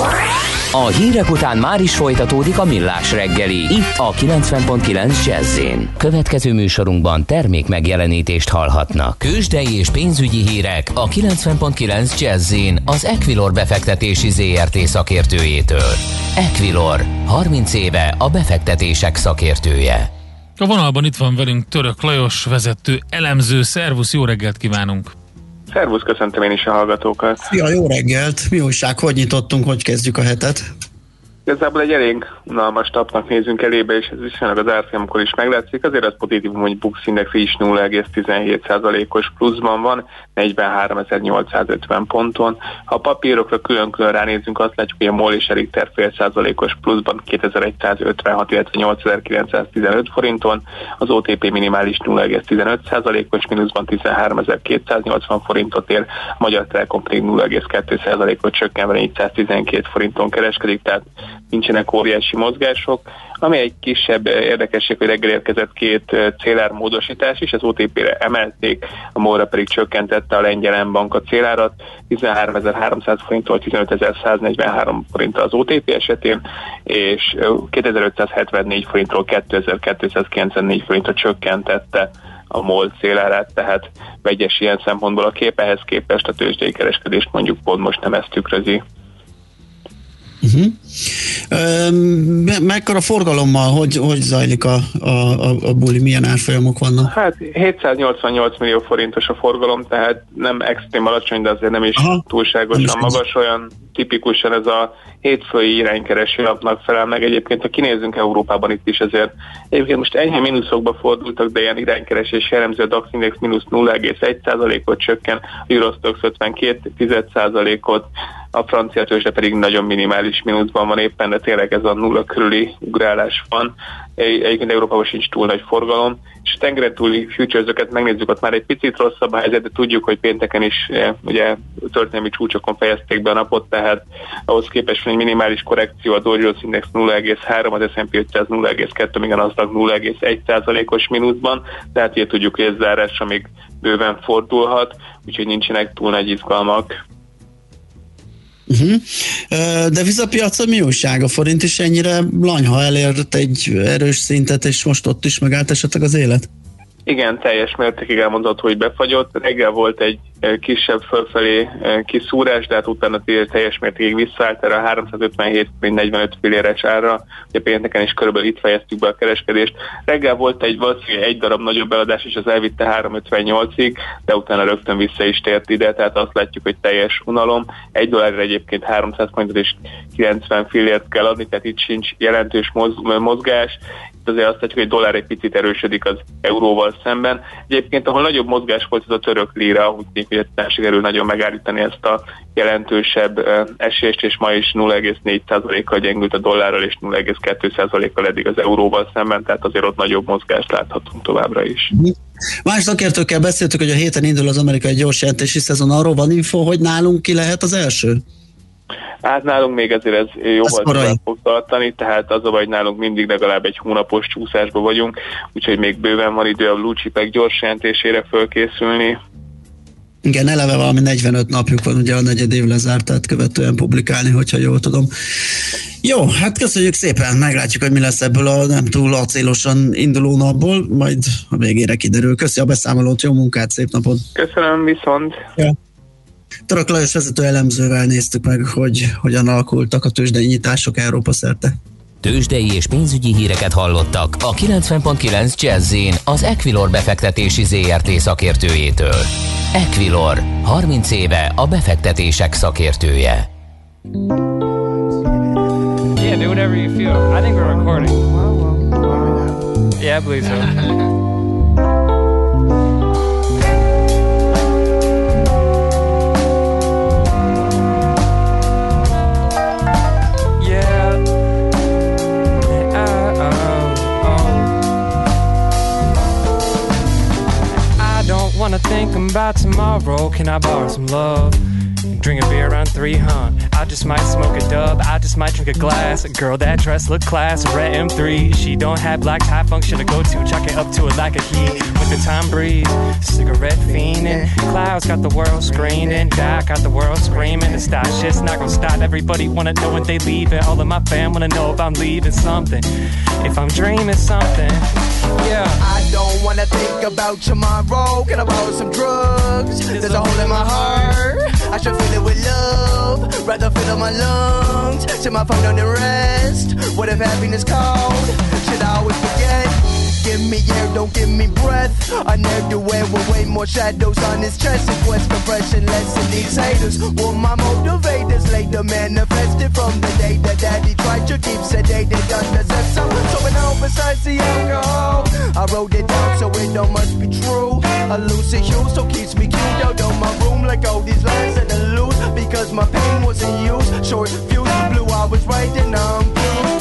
A hírek után már is folytatódik a Millás reggeli, itt a kilencven pont kilenc Jazz-in. Következő műsorunkban termék megjelenítést hallhatnak. Kősdei és pénzügyi hírek a kilencven pont kilenc Jazz-in az Equilor befektetési zé er té szakértőjétől. Equilor, harminc éve a befektetések szakértője. A vonalban itt van velünk Török Lajos, vezető elemző. Szervusz, jó reggelt kívánunk! Szervusz, köszöntöm én is a hallgatókat. Szia, jó reggelt! Mi újság, hogy nyitottunk, hogy kezdjük a hetet? Igazából egy elég unalmas napnak nézünk elébe, és ez viszonylag az árfolyamkor is meglátszik. Azért az pozitívum, hogy Bux Index is nulla egész tizenhét százalékos pluszban van, negyvenháromezer-nyolcszázötven ponton. Ha a papírokra külön-külön ránézzünk, azt látjuk, hogy a MOL és a Richter fél százalékos pluszban kétezer-százötvenhat, illetve nyolcezer-kilencszáztizenöt forinton, az o té pé minimális nulla egész tizenöt százalékos mínuszban tizenháromezer-kétszáznyolcvan forintot ér, a Magyar Telekom pedig nulla egész kettő százalékot csökkenve négyszáztizenkét forinton kereskedik, tehát nincsenek óriási mozgások. Ami egy kisebb érdekesség, hogy reggel érkezett két célármódosítás is, az o té pére emelték, a MOL-ra pedig csökkentette a Lengyel Bank a célárat, tizenháromezer-háromszáz forinttól tizenötezer-száznegyvenhárom forinttal az o té pé esetén, és kétezer-ötszázhetvennégy forintról kétezer-kétszázkilencvennégy forintra csökkentette a MOL célárát, tehát vegyes ilyen szempontból a kép, ehhez képest a tőzsdei kereskedést mondjuk pont most nem ezt tükrözi. Uh-huh. Mekkora forgalommal, hogy, hogy zajlik a, a, a buli, milyen árfolyamok vannak? Hát hétszáznyolcvannyolc millió forintos a forgalom, tehát nem extrém alacsony, de azért nem is Aha, túlságosan nem is magas, olyan tipikusan ez a hétfői iránykereső napnak felel meg. Egyébként, ha kinézzünk Európában itt is, ezért egyébként most enyhe mínuszokba fordultak, de ilyen iránykeresés jellemző, a DAX Index mínusz nulla egész egy százalékot csökken, a Eurostoxx ötvenkét százalékot, a francia tőzsde pedig nagyon minimális mínuszban van éppen, de tényleg ez a nulla körüli ugrálás van. Egyébként Európában sincs túl nagy forgalom, és a tengeren túli futures-öket megnézzük, ott már egy picit rosszabb a helyzet, de tudjuk, hogy pénteken is ugye történelmi csúcsokon fejezték be a napot, tehát ahhoz képest van egy minimális korrekció, a Dow Jones Index nulla egész három, az es and pé ötszáz nulla egész kettő, még a Nasdaq nulla egész egy százalékos mínuszban, tehát így tudjuk, hogy ez zárásra még bőven fordulhat, úgyhogy nincsenek túl nagy izgalmak. Uh-huh. De vizapiacon mi újság? A forint is ennyire lanyha elért egy erős szintet, és most ott is megállt esetleg az élet? Igen, teljes mértékig elmondható, hogy befagyott. Reggel volt egy kisebb fölfelé kiszúrás, de hát utána teljes mértékig visszaállt erre a háromszázötvenhét negyvenöt filléres árra. Ugye pénteken is körülbelül itt fejeztük be a kereskedést. Reggel volt egy valószínűleg egy darab nagyobb eladás, és az elvitte háromszázötvennyolcig, de utána rögtön vissza is tért ide, tehát azt látjuk, hogy teljes unalom. Egy dollárra egyébként háromszáz forintot és kilencven fillért kell adni, tehát itt sincs jelentős mozgás. Itt azért azt látjuk, hogy a dollár egy picit erősödik az euróval szemben. Egyébként, ahol nagyobb mozgás volt, az a török líra, úgy tűnik, hogy nem sikerül nagyon megállítani ezt a jelentősebb uh, esést, és ma is nulla egész négy százalékkal gyengült a dollárral, és nulla egész kettő százalékkal eddig az euróval szemben, tehát azért ott nagyobb mozgást láthatunk továbbra is. Más szakértőkkel beszéltük, hogy a héten indul az amerikai gyors jelentési szezon, arról van info, hogy nálunk ki lehet az első? Hát nálunk még ezért ez jóval tovább fog tartani, tehát az a baj, hogy nálunk mindig legalább egy hónapos csúszásban vagyunk, úgyhogy még bőven van idő a blue chipek gyors jelentésére fölkészülni. Igen, eleve valami negyvenöt napjuk van ugye a negyed év lezártát követően publikálni, hogyha jól tudom. Jó, hát köszönjük szépen, meglátjuk, hogy mi lesz ebből a nem túl acélosan induló napból, majd a végére kiderül. Köszi a beszámolót, jó munkát, szép napot! Köszönöm, viszont! Ja. Török Lajos vezető elemzővel néztük meg, hogy hogyan alakultak a tőzsdei nyitások Európa szerte. Tőzsdei és pénzügyi híreket hallottak a kilencven pont kilenc Jazz-in az Equilor befektetési zé er té szakértőjétől. Equilor, harminc éve a befektetések szakértője. Yeah, do whatever you feel. I think we're recording. Yeah, I believe so. Wanna think about tomorrow. Can I borrow some love? Drink a beer around three, huh? I just might smoke a dub. I just might drink a glass. A girl that dress look class. A red M three. She don't have black tie function to go to. Chuck it up to it like a heat. With the time breeze. Cigarette fiending. Clouds got the world screaming. Doc got the world screaming. The stop shit's not gonna stop. Everybody wanna know when they leave it. All of my fam wanna know if I'm leaving something. If I'm dreaming something. Yeah. I don't wanna think about tomorrow. Can I borrow some drugs? There's a hole in my heart. I should fill it with love. Rather fill up my lungs. Set my phone on the rest. What if happiness called? Should I always forget? Give me air, don't give me breath. A ne'er-do-well with way more shadows on his chest. In quest for fresh and less in these haters. Will my motivators later manifested from the day that daddy tried to keep sedated under some. So when all besides the alcohol, I wrote it down so it don't must be true. A lucid hue so keeps me cute out of my room like all these lines in the loose. Because my pain wasn't used. Short fuse blue, I was right and I'm blue.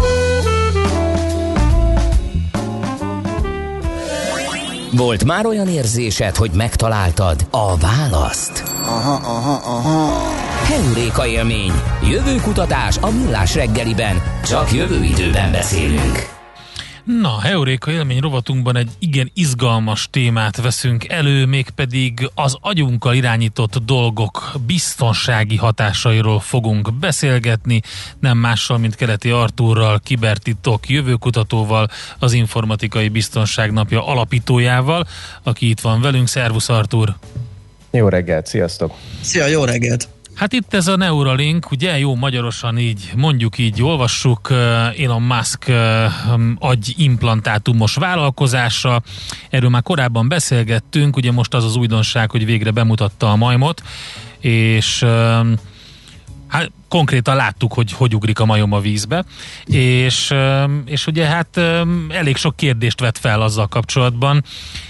Volt már olyan érzésed, hogy megtaláltad a választ? Aha, aha, aha. Heuréka élmény. Jövőkutatás a Millás reggeliben. Csak jövő időben beszélünk. Na, Heuréka élmény rovatunkban egy igen izgalmas témát veszünk elő, mégpedig az agyunkkal irányított dolgok biztonsági hatásairól fogunk beszélgetni, nem mással, mint Keleti Artúrral, kibertitok jövőkutatóval, az Informatikai Biztonság Napja alapítójával, aki itt van velünk. Szervusz, Artúr! Jó reggelt, sziasztok! Szia, jó reggelt! Hát itt ez a Neuralink, ugye jó magyarosan így, mondjuk így, olvassuk, Elon Musk agyimplantátumos vállalkozása, erről már korábban beszélgettünk, ugye most az az újdonság, hogy végre bemutatta a majmot, és hát konkrétan láttuk, hogy hogy ugrik a majom a vízbe, és, és ugye hát elég sok kérdést vett fel azzal kapcsolatban,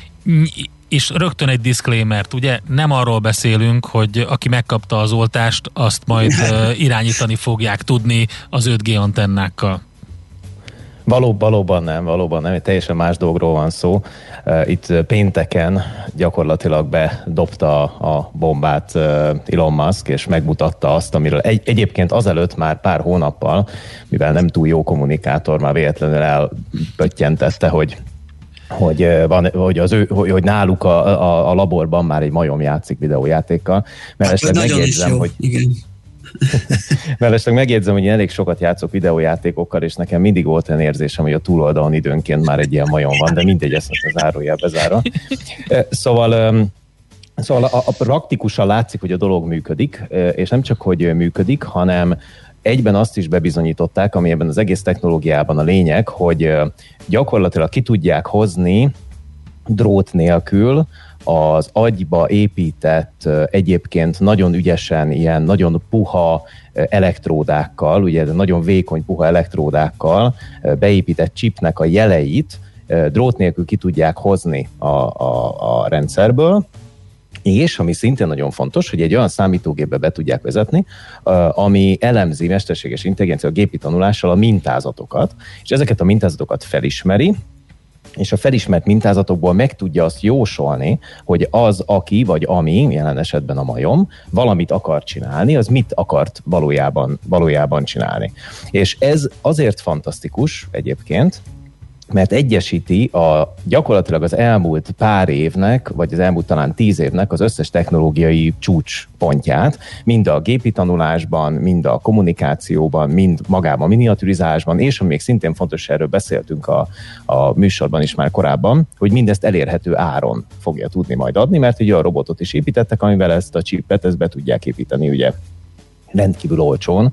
és rögtön egy disclaimert, ugye nem arról beszélünk, hogy aki megkapta az oltást, azt majd irányítani fogják tudni az öt G antennákkal. Való, valóban nem, valóban nem, teljesen más dolgról van szó. Itt pénteken gyakorlatilag bedobta a bombát Elon Musk, és megmutatta azt, amiről egy, egyébként azelőtt már pár hónappal, mivel nem túl jó kommunikátor, már véletlenül elpöttyentette, hogy hogy, van, hogy, az ő, hogy, hogy náluk a, a, a laborban már egy majom játszik videójátékkal. Mellesleg hát, megjegyzem, hogy igen. Mellesleg megjegyzem, hogy én elég sokat játszok videójátékokkal, és nekem mindig volt olyan érzésem, hogy a túloldalon időnként már egy ilyen majom van, de mindegy, ezt most a zárójelbe zárva. Szóval, szóval a, a praktikusan látszik, hogy a dolog működik, és nem csak, hogy működik, hanem egyben azt is bebizonyították, ami ebben az egész technológiában a lényeg, hogy gyakorlatilag ki tudják hozni drót nélkül az agyba épített, egyébként nagyon ügyesen ilyen nagyon puha elektródákkal, ugye nagyon vékony puha elektródákkal beépített chipnek a jeleit drót nélkül ki tudják hozni a, a, a rendszerből, és ami szintén nagyon fontos, hogy egy olyan számítógépbe be tudják vezetni, ami elemzi mesterséges intelligencia, a gépi tanulással a mintázatokat, és ezeket a mintázatokat felismeri, és a felismert mintázatokból meg tudja azt jósolni, hogy az, aki vagy ami, jelen esetben a majom, valamit akar csinálni, az mit akart valójában, valójában csinálni. És ez azért fantasztikus egyébként, mert egyesíti a, gyakorlatilag az elmúlt pár évnek, vagy az elmúlt talán tíz évnek az összes technológiai csúcspontját, mind a gépi tanulásban, mind a kommunikációban, mind magában a miniaturizálásban, és ami még szintén fontos, erről beszéltünk a, a műsorban is már korábban, hogy mindezt elérhető áron fogja tudni majd adni, mert ugye a robotot is építettek, amivel ezt a chipet, ezt be tudják építeni, ugye rendkívül olcsón,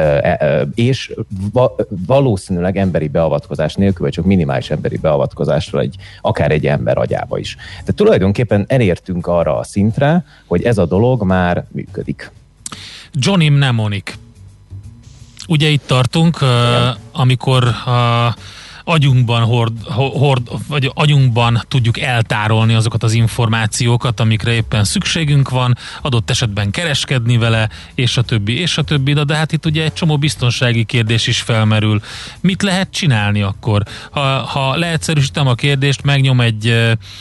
és valószínűleg emberi beavatkozás nélkül, vagy csak minimális emberi beavatkozásról egy, akár egy ember agyába is. Tehát tulajdonképpen elértünk arra a szintre, hogy ez a dolog már működik. Johnny Mnemonic. Ugye itt tartunk, igen, amikor a agyunkban hord, hord, vagy agyunkban tudjuk eltárolni azokat az információkat, amikre éppen szükségünk van, adott esetben kereskedni vele, és a többi, és a többi, de, de hát itt ugye egy csomó biztonsági kérdés is felmerül. Mit lehet csinálni akkor? Ha, ha leegyszerűsítem a kérdést, megnyom egy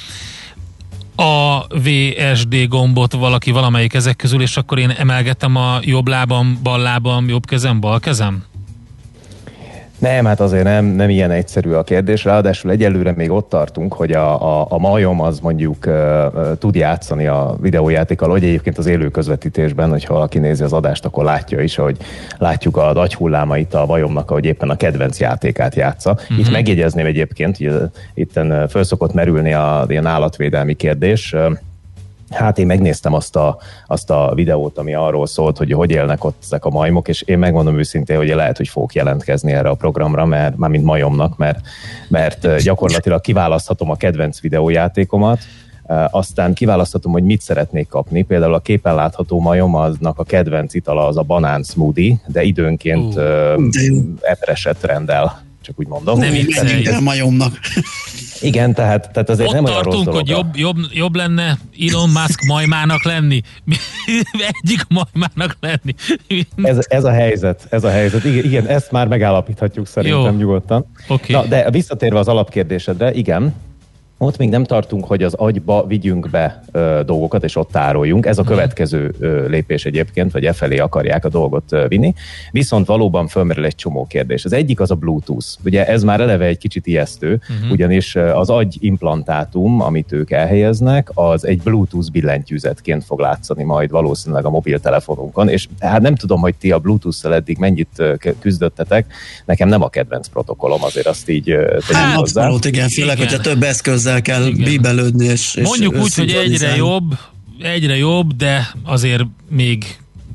A V S D gombot valaki valamelyik ezek közül, és akkor én emelgetem a jobb lábam, bal lábam, jobb kezem, bal kezem? Nem, hát azért nem, nem ilyen egyszerű a kérdés, ráadásul egyelőre még ott tartunk, hogy a, a, a majom az mondjuk uh, uh, tud játszani a videójátékkal, hogy egyébként az élő közvetítésben, hogyha valaki nézi az adást, akkor látja is, hogy látjuk az agyhullámait a majomnak, ahogy éppen a kedvenc játékát játsza. Mm-hmm. Itt megjegyezném egyébként, hogy itten föl szokott merülni a ilyen állatvédelmi kérdés. Hát én megnéztem azt a, azt a videót, ami arról szólt, hogy hogy élnek ott ezek a majmok, és én megmondom őszintén, hogy lehet, hogy fogok jelentkezni erre a programra, mert már mint majomnak, mert, mert gyakorlatilag kiválaszthatom a kedvenc videójátékomat, aztán kiválaszthatom, hogy mit szeretnék kapni. Például a képen látható majom, aznak a kedvenc itala az a banán smoothie, de időnként uh, epreset rendel, csak úgy mondom. Nem viccelj. majomnak. Igen, tehát, tehát azért ott nem olyan rossz dolog. Hogy jobb, jobb, jobb lenne Elon Musk majmának lenni. Egyik majmának lenni. ez, ez a helyzet, ez a helyzet. Igen, igen, ezt már megállapíthatjuk szerintem. Jó. Nyugodtan. Okay. Na, de visszatérve az alapkérdésedre, igen, ott még nem tartunk, hogy az agyba vigyünk be ö, dolgokat, és ott tároljunk. Ez a következő ö, lépés egyébként, vagy e felé akarják a dolgot ö, vinni. Viszont valóban fölmerül egy csomó kérdés. Az egyik az a Bluetooth. Ugye ez már eleve egy kicsit ijesztő, uh-huh. ugyanis az agyimplantátum, amit ők elhelyeznek, az egy Bluetooth billentyűzetként fog látszani majd valószínűleg a mobiltelefonunkon, és hát nem tudom, hogy ti a Bluetooth-szel eddig mennyit küzdöttetek. Nekem nem a kedvenc protokollom, azért azt így tegyük hát, hozzá. Hát, igen, főleg, hogyha több eszközzel kell igen. bíbelődni. És, és mondjuk úgy, hogy egyre jobb, egyre jobb, de azért még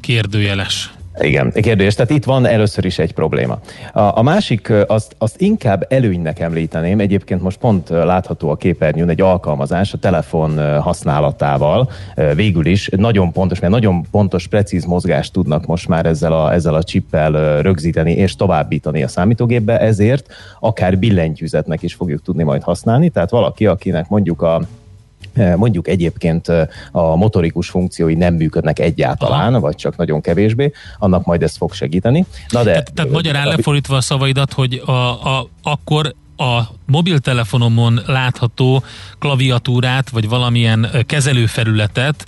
kérdőjeles. Igen, kérdés. Tehát itt van először is egy probléma. A, a másik, azt, azt inkább előnynek említeném, egyébként most pont látható a képernyőn egy alkalmazás a telefon használatával, végül is nagyon pontos, mert nagyon pontos, precíz mozgást tudnak most már ezzel a, ezzel a csippel rögzíteni és továbbítani a számítógépbe, ezért akár billentyűzetnek is fogjuk tudni majd használni, tehát valaki, akinek mondjuk a mondjuk egyébként a motorikus funkciói nem működnek egyáltalán, aha, vagy csak nagyon kevésbé, annak majd ez fog segíteni. Na de, tehát, tehát magyarán lefordítva a szavaidat, hogy a, a, akkor a mobiltelefonomon látható klaviatúrát, vagy valamilyen kezelőfelületet,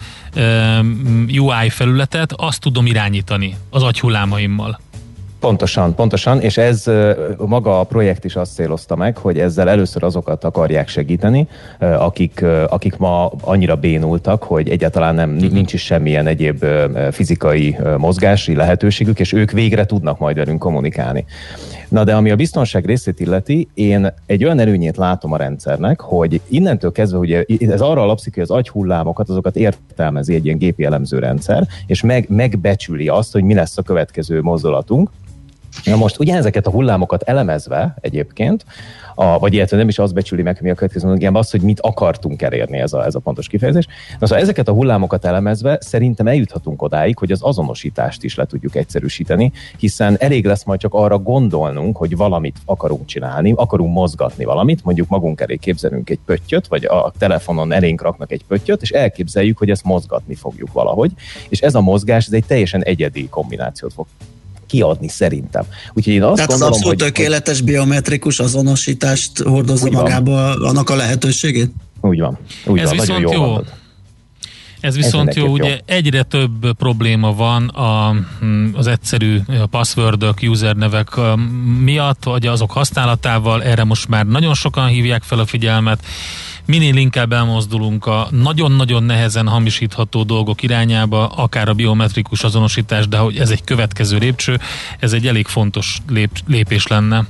u i felületet, azt tudom irányítani az agyhullámaimmal. Pontosan, pontosan, és ez maga a projekt is azt célozta meg, hogy ezzel először azokat akarják segíteni, akik, akik ma annyira bénultak, hogy egyáltalán nem, nincs is semmilyen egyéb fizikai mozgási lehetőségük, és ők végre tudnak majd velünk kommunikálni. Na de ami a biztonság részét illeti, én egy olyan előnyét látom a rendszernek, hogy innentől kezdve, ugye ez arra alapszik, hogy az agyhullámokat, azokat értelmezi egy ilyen gépi elemző rendszer, és meg, megbecsüli azt, hogy mi lesz a következő mozdulatunk. Na most ugyanezeket a hullámokat elemezve egyébként, a, vagy illetve nem is azt becsüli meg, mi a következő mondatban, az, hogy mit akartunk elérni, ez a, ez a pontos kifejezés. Na szóval ezeket a hullámokat elemezve szerintem eljuthatunk odáig, hogy az azonosítást is le tudjuk egyszerűsíteni, hiszen elég lesz majd csak arra gondolnunk, hogy valamit akarunk csinálni, akarunk mozgatni valamit, mondjuk magunk elé képzelünk egy pöttyöt, vagy a telefonon elénk raknak egy pöttyöt, és elképzeljük, hogy ezt mozgatni fogjuk valahogy, és ez a mozgás, ez egy teljesen egyedi kombinációt fog kiadni szerintem. Úgyhogy én azt Tehát gondolom, az abszolút hogy, tökéletes biometrikus azonosítást hordozza magába annak a lehetőségét? Úgy van. Úgy Ez van, viszont nagyon jó. Mondod. Ez viszont jó, ugye jó. Egyre több probléma van a, az egyszerű passwordok, usernevek miatt, vagy azok használatával, erre most már nagyon sokan hívják fel a figyelmet. Minél inkább elmozdulunk a nagyon-nagyon nehezen hamisítható dolgok irányába, akár a biometrikus azonosítás, de hogy ez egy következő lépcső, ez egy elég fontos lép, lépés lenne.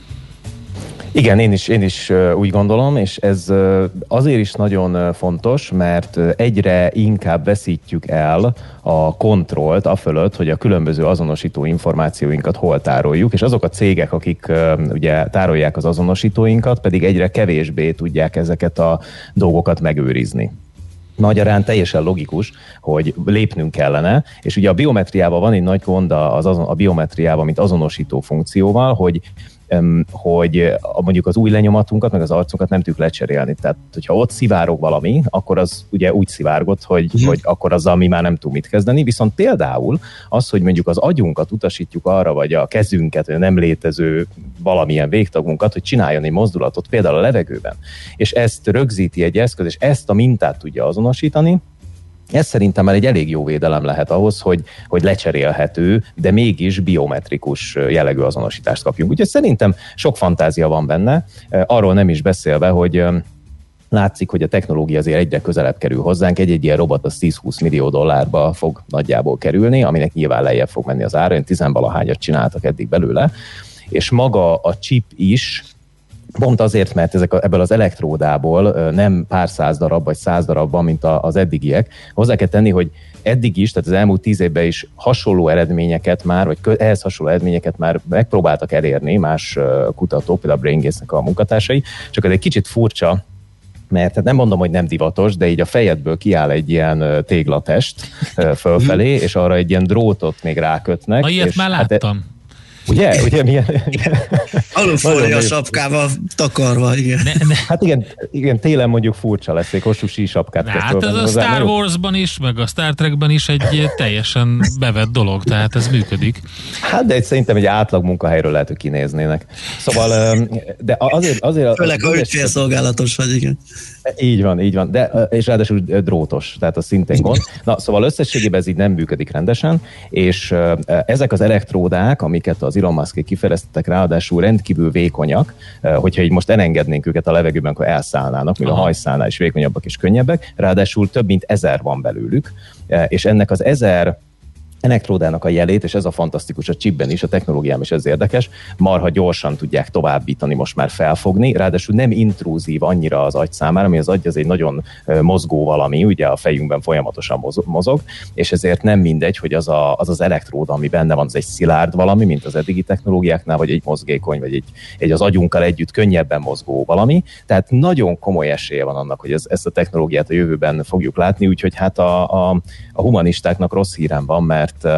Igen, én is, én is úgy gondolom, és ez azért is nagyon fontos, mert egyre inkább veszítjük el a kontrollt afölött, hogy a különböző azonosító információinkat hol tároljuk, és azok a cégek, akik ugye tárolják az azonosítóinkat, pedig egyre kevésbé tudják ezeket a dolgokat megőrizni. Magyarán teljesen logikus, hogy lépnünk kellene, és ugye a biometriában van egy nagy gond az azon, a biometriában, mint azonosító funkcióval, hogy hogy mondjuk az új lenyomatunkat, meg az arcunkat nem tudjuk lecserélni. Tehát, hogyha ott szivárog valami, akkor az ugye úgy szivárgott, hogy, uh-huh. hogy akkor azzal mi már nem tudunk mit kezdeni. Viszont például az, hogy mondjuk az agyunkat utasítjuk arra, vagy a kezünket, vagy a nem létező valamilyen végtagunkat, hogy csináljon egy mozdulatot, például a levegőben. És ezt rögzíti egy eszköz, és ezt a mintát tudja azonosítani. Ez szerintem már egy elég jó védelem lehet ahhoz, hogy, hogy lecserélhető, de mégis biometrikus jellegű azonosítást kapjunk. Úgyhogy szerintem sok fantázia van benne, arról nem is beszélve, hogy látszik, hogy a technológia azért egyre közelebb kerül hozzánk. Egy-egy ilyen robot az tíz-húsz millió dollárba fog nagyjából kerülni, aminek nyilván lejjebb fog menni az ára, olyan tizenvalahányat csináltak eddig belőle, és maga a chip is, pont azért, mert ezek a, ebből az elektródából nem pár száz darab, vagy száz darab van, mint az eddigiek. Hozzá kell tenni, hogy eddig is, tehát az elmúlt tíz évben is hasonló eredményeket már, vagy ehhez hasonló eredményeket már megpróbáltak elérni más kutatók, például a BrainGaze-nek a munkatársai, csak ez egy kicsit furcsa, mert hát nem mondom, hogy nem divatos, de így a fejedből kiáll egy ilyen téglatest fölfelé, és arra egy ilyen drótot még rákötnek. Na, ilyet és már láttam. Hát, ugye? Ugye milyen? Alufólia sapkával takarva, igen. Ne, ne. Hát igen, igen, télen mondjuk furcsa lesz, egy hosszú sísapkát. Hát ez a Star Warsban is, meg a Star Trekben is egy teljesen bevett dolog, tehát ez működik. Hát de egy, szerintem egy átlag munkahelyről lehet, hogy kinéznének. Szóval, de azért... azért Főleg, ha ügyfélszolgálatos vagy, igen. Így van, így van, de és ráadásul drótos, tehát az szintén gond. Na, szóval összességében ez így nem működik rendesen, és ezek az elektródák, amiket az Elon Musk kifejlesztettek, ráadásul rendkívül vékonyak, hogyha így most elengednénk őket a levegőben, akkor elszállnának, még a hajszálnál is vékonyabbak és könnyebbek, ráadásul több mint ezer van belőlük, és ennek az ezer elektródának a jelét, és ez a fantasztikus a chipben is, a technológiám is ez érdekes, marha gyorsan tudják továbbítani, most már felfogni, ráadásul nem intrúzív annyira az agy számára, ami az agy az egy nagyon mozgó valami, ugye a fejünkben folyamatosan mozog, és ezért nem mindegy, hogy az a, az, az elektróda, ami benne van, az egy szilárd valami, mint az eddigi technológiáknál, vagy egy mozgékony, vagy egy, egy az agyunkkal együtt könnyebben mozgó valami, tehát nagyon komoly esélye van annak, hogy ez, ezt a technológiát a jövőben fogjuk látni, úgyhogy hát a, a, a humanistáknak rossz hírem van, mert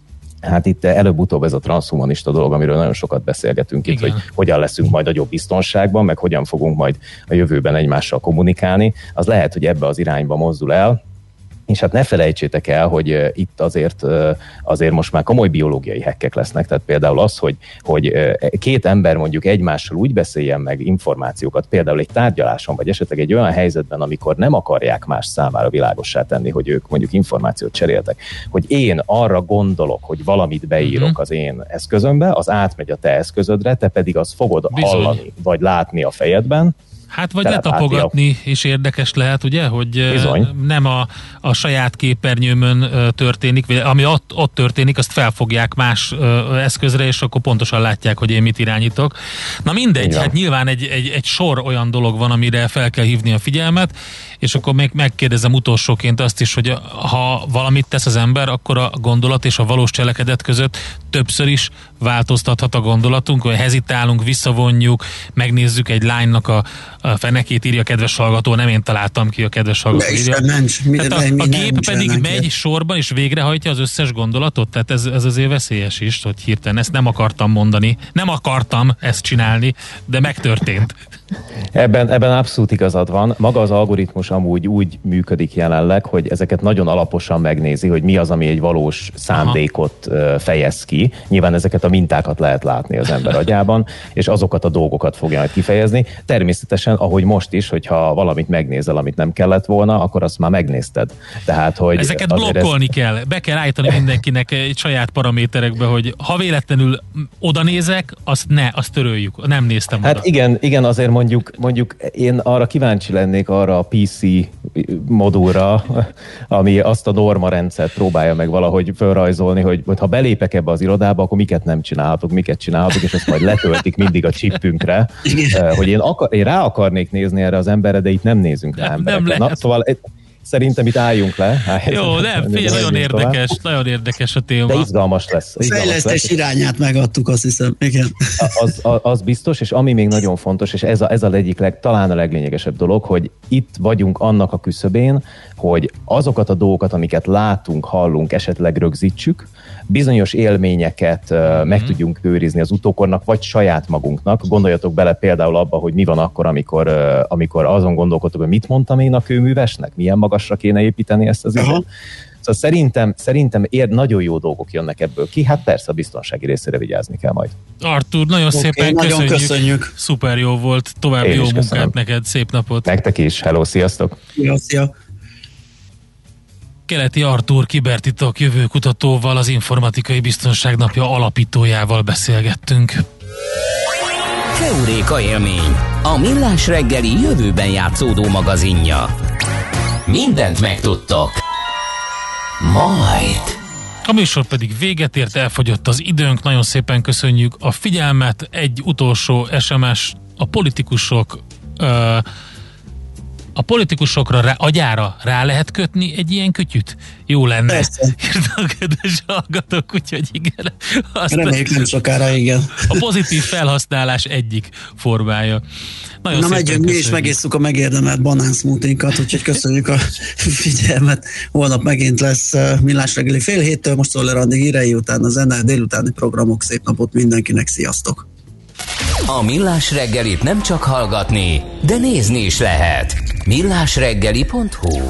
hát itt előbb-utóbb ez a transhumanista dolog, amiről nagyon sokat beszélgetünk itt, igen, hogy hogyan leszünk majd nagyobb biztonságban, meg hogyan fogunk majd a jövőben egymással kommunikálni, az lehet, hogy ebbe az irányba mozdul el. És hát ne felejtsétek el, hogy itt azért, azért most már komoly biológiai hackek lesznek, tehát például az, hogy, hogy két ember mondjuk egymással úgy beszéljen meg információkat, például egy tárgyaláson, vagy esetleg egy olyan helyzetben, amikor nem akarják más számára világossá tenni, hogy ők mondjuk információt cseréltek, hogy én arra gondolok, hogy valamit beírok uh-huh. az én eszközömbe, az átmegy a te eszközödre, te pedig azt fogod Bizony. hallani, vagy látni a fejedben. Hát vagy letapogatni is érdekes lehet, ugye, hogy Bizony. nem a, a saját képernyőmön történik, ami ott, ott történik, azt felfogják más eszközre, és akkor pontosan látják, hogy én mit irányítok. Na mindegy, Igen. hát nyilván egy, egy, egy sor olyan dolog van, amire fel kell hívni a figyelmet, és akkor még megkérdezem utolsóként azt is, hogy ha valamit tesz az ember, akkor a gondolat és a valós cselekedet között többször is változtathat a gondolatunk, hogy hezitálunk, visszavonjuk, megnézzük egy lánynak a, a fenekét, írja a kedves hallgató, nem én találtam ki, a kedves hallgató írja. Tehát a, a gép pedig megy ki. sorban, és végrehajtja az összes gondolatot, tehát ez, ez azért veszélyes is, hogy hirtelen ezt nem akartam mondani, nem akartam ezt csinálni, de megtörtént. Ebben, ebben abszolút igazad van. Maga az algoritmus amúgy úgy működik jelenleg, hogy ezeket nagyon alaposan megnézi, hogy mi az, ami egy valós szándékot Aha. fejez ki. Nyilván ezeket a mintákat lehet látni az ember agyában, és azokat a dolgokat fogja majd kifejezni. Természetesen, ahogy most is, hogyha valamit megnézel, amit nem kellett volna, akkor azt már megnézted. Tehát, hogy ezeket blokkolni ez... kell. Be kell állítani mindenkinek egy saját paraméterekbe, hogy ha véletlenül oda nézek, azt ne, azt töröljük. Nem néztem hát oda. Hát igen, igen, azért mondjuk, mondjuk én arra kíváncsi lennék arra a pé cé modulra, ami azt a norma rendszert próbálja meg valahogy felrajzolni, hogy, hogy ha belépek ebbe az irodába, akkor miket nem csinálhatok, miket csinálhatok, és ezt majd letöltik mindig a chipünkre, hogy én, akar, én rá akarnék nézni erre az emberre, de itt nem nézünk rá emberekre. Na, szóval szerintem itt álljunk le. Jó, nem, fél, nagyon érdekes, nagyon érdekes a téma. De izgalmas lesz. A fejlesztés irányát megadtuk, azt hiszem. Igen. Az, az, az biztos, és ami még nagyon fontos, és ez a, ez a egyik leg, talán a leglényegesebb dolog, hogy itt vagyunk annak a küszöbén, hogy azokat a dolgokat, amiket látunk, hallunk, esetleg rögzítsük, bizonyos élményeket uh, meg tudjunk őrizni az utókornak, vagy saját magunknak. Gondoljatok bele például abba, hogy mi van akkor, amikor, uh, amikor azon gondolkodtok, hogy mit mondtam én a kőművesnek, milyen magasra kéne építeni ezt az ügyet. Szóval szerintem, szerintem ér, nagyon jó dolgok jönnek ebből ki, hát persze a biztonsági részére vigyázni kell majd. Artúr, nagyon okay, szépen nagyon köszönjük. köszönjük. Szuper jó volt, további jó munkát köszönöm. Neked, szép napot. Nektek is, hello, sziasztok. Szia, szia. Keleti Artúr kibertitok jövőkutatóval, az Informatikai Biztonság Napja alapítójával beszélgettünk. Heuréka élmény, a millás reggeli jövőben játszódó magazinja. Mindent megtudtok. Majd. A műsor pedig véget ért, elfogyott az időnk, nagyon szépen köszönjük a figyelmet. Egy utolsó es em es, a politikusok ö, a politikusokra, rá, agyára rá lehet kötni egy ilyen kütyüt? Jó lenne. Persze. Írtak kedves hallgatók, úgyhogy igen. Reméljük nem sokára, igen. A pozitív felhasználás egyik formája. Nagyon Na megyünk, mi is megésszük a megérdemelt banánszmútinkat, úgyhogy köszönjük a figyelmet. Holnap megint lesz Millás reggeli fél héttől, most Szoller Andi hírei után a zene, délutáni programok. Szép napot mindenkinek, sziasztok! A Millás reggelit nem csak hallgatni, de nézni is lehet. millásreggeli pont hu.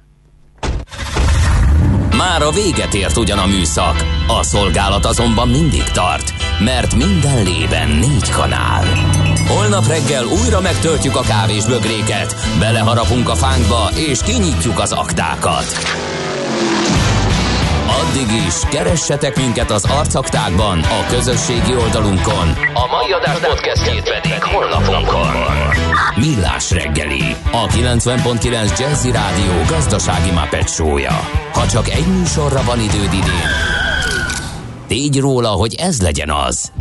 Már a véget ért ugyan a műszak, a szolgálat azonban mindig tart, mert minden lében négy kanál. Holnap reggel újra megtöltjük a kávésbögréket, beleharapunk a fánkba és kinyitjuk az aktákat. Addig is keressetek minket az arcaktákban, a közösségi oldalunkon. A mai adás podcastjét pedig honlapunkon. Millás reggeli, a kilencven pont kilenc Jazzy Rádió gazdasági Muppet show-ja. Ha csak egy műsorra van időd idén, Tégy róla, hogy ez legyen az.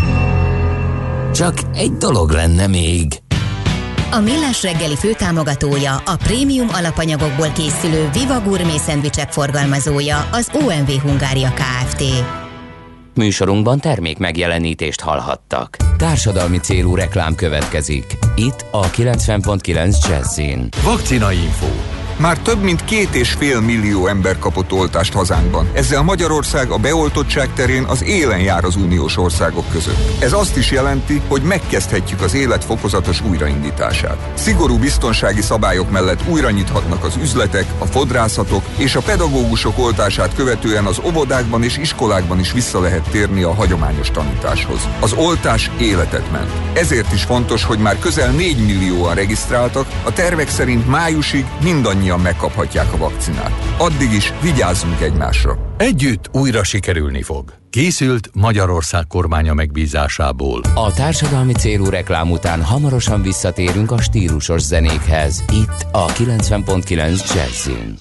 Csak egy dolog lenne még. A Millás reggeli főtámogatója, a prémium alapanyagokból készülő Viva Gourmet szendvicsek forgalmazója, az o em vé Hungária Kft. Műsorunkban termék megjelenítést hallhattak. Társadalmi célú reklám következik. Itt a kilencven pont kilenc Jazzin. Vakcina info. Már több mint két és fél millió ember kapott oltást hazánkban. Ezzel Magyarország a beoltottság terén az élen jár az uniós országok között. Ez azt is jelenti, hogy megkezdhetjük az élet fokozatos újraindítását. Szigorú biztonsági szabályok mellett újra nyithatnak az üzletek, a fodrászatok és a pedagógusok oltását követően az óvodákban és iskolákban is vissza lehet térni a hagyományos tanításhoz. Az oltás életet ment. Ezért is fontos, hogy már közel négy millióan regisztráltak, a tervek szerint májusig mindannyian megkaphatják a vakcinát. Addig is vigyázzunk egymásra. Együtt újra sikerülni fog. Készült Magyarország kormánya megbízásából. A társadalmi célú reklám után hamarosan visszatérünk a stílusos zenékhez. Itt a kilencven pont kilenc Jazzin.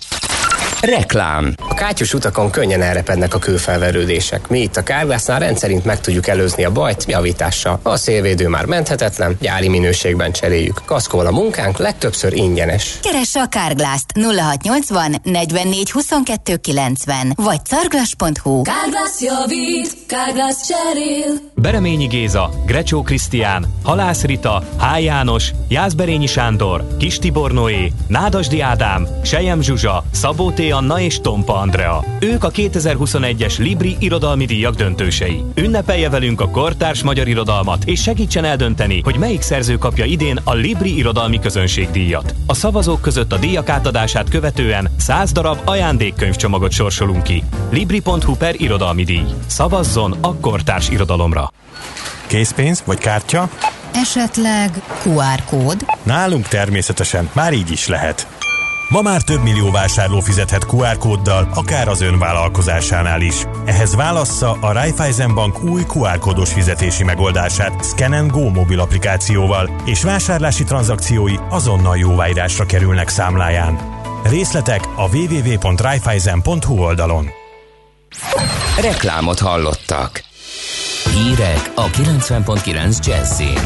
Reklám. A kátyus utakon könnyen elrepednek a kőfelverődések. Mi itt a Carglassnál rendszerint meg tudjuk előzni a bajt javítással. A szélvédő már menthetetlen, gyári minőségben cseréljük. Kaszkol a munkánk, legtöbbször ingyenes. Keresse a Carglass-t nulla hatszáznyolcvan negyvennégy huszonkettő kilencven vagy carglass pont hu. Carglass javít, Carglass cserél. Bereményi Géza, Grecsó Krisztián, Halász Rita, H. János, Jászberényi Sándor, Kis Tibor Noé, Nádasdi Ádám, Sejem Zsuzsa, Szabó T. Anna és Tompa Andrea. Ők a kétezer-huszonegyes Libri irodalmi díjak döntősei. Ünnepelje velünk a kortárs magyar irodalmat, és segítsen eldönteni, hogy melyik szerző kapja idén a Libri irodalmi közönségdíjat. A szavazók között a díjak átadását követően száz darab ajándékkönyvcsomagot sorsolunk ki. Libri pont hu per irodalmi díj. Szavazzon a kortárs irodalomra. Készpénz vagy kártya? Esetleg kú ár kód? Nálunk természetesen már így is lehet. Ma már több millió vásárló fizethet kú ár kóddal, akár az ön vállalkozásánál is. Ehhez válassza a Raiffeisen Bank új kú ár kódos fizetési megoldását Scan and Go mobil applikációval, és vásárlási tranzakciói azonnal jóváírásra kerülnek számláján. Részletek a double-u double-u double-u pont raiffeisen pont hu oldalon. Reklámot hallottak. Hírek a kilencven pont kilenc Jazzin.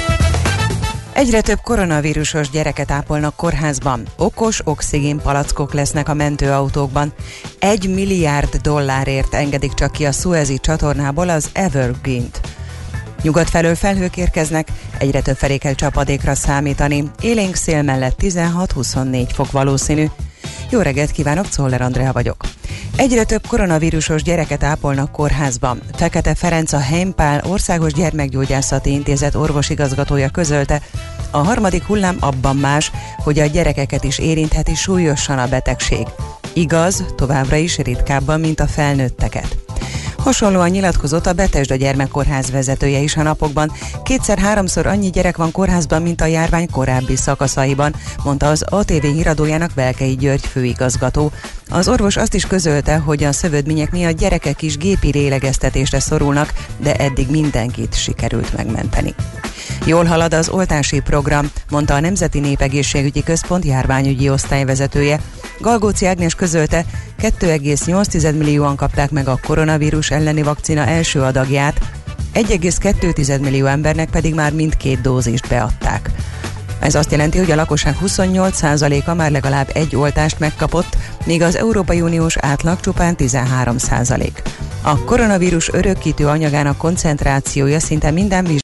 Egyre több koronavírusos gyereket ápolnak kórházban. Okos oxigénpalackok lesznek a mentőautókban. Egy milliárd dollárért engedik csak ki a Suezi csatornából az Evergreen-t. Nyugat felől felhők érkeznek, egyre több felé kell csapadékra számítani. Élénk szél mellett tizenhat-huszonnégy fok valószínű. Jó reggelt kívánok, Czoller Andrea vagyok. Egyre több koronavírusos gyereket ápolnak kórházban. Fekete Ferenc, a Heimpál Országos Gyermekgyógyászati Intézet orvosigazgatója közölte, a harmadik hullám abban más, hogy a gyerekeket is érintheti súlyosan a betegség. Igaz, továbbra is ritkábban, mint a felnőtteket. Hasonlóan nyilatkozott a Betesda Gyermekkórház vezetője is a napokban. Kétszer-háromszor annyi gyerek van kórházban, mint a járvány korábbi szakaszaiban, mondta az á té vé híradójának Velkei György főigazgató. Az orvos azt is közölte, hogy a szövődmények miatt gyerekek is gépi lélegeztetésre szorulnak, de eddig mindenkit sikerült megmenteni. Jól halad az oltási program, mondta a Nemzeti Népegészségügyi Központ járványügyi osztályvezetője. Galgóci Ágnes közölte, két egész nyolc millióan kapták meg a koronavírus elleni vakcina első adagját, egy egész kettő millió embernek pedig már mindkét dózist beadták. Ez azt jelenti, hogy a lakosság huszonnyolc százaléka már legalább egy oltást megkapott, míg az Európai Uniós átlag csupán tizenhárom százalék. A koronavírus örökkítő anyagának koncentrációja szinte minden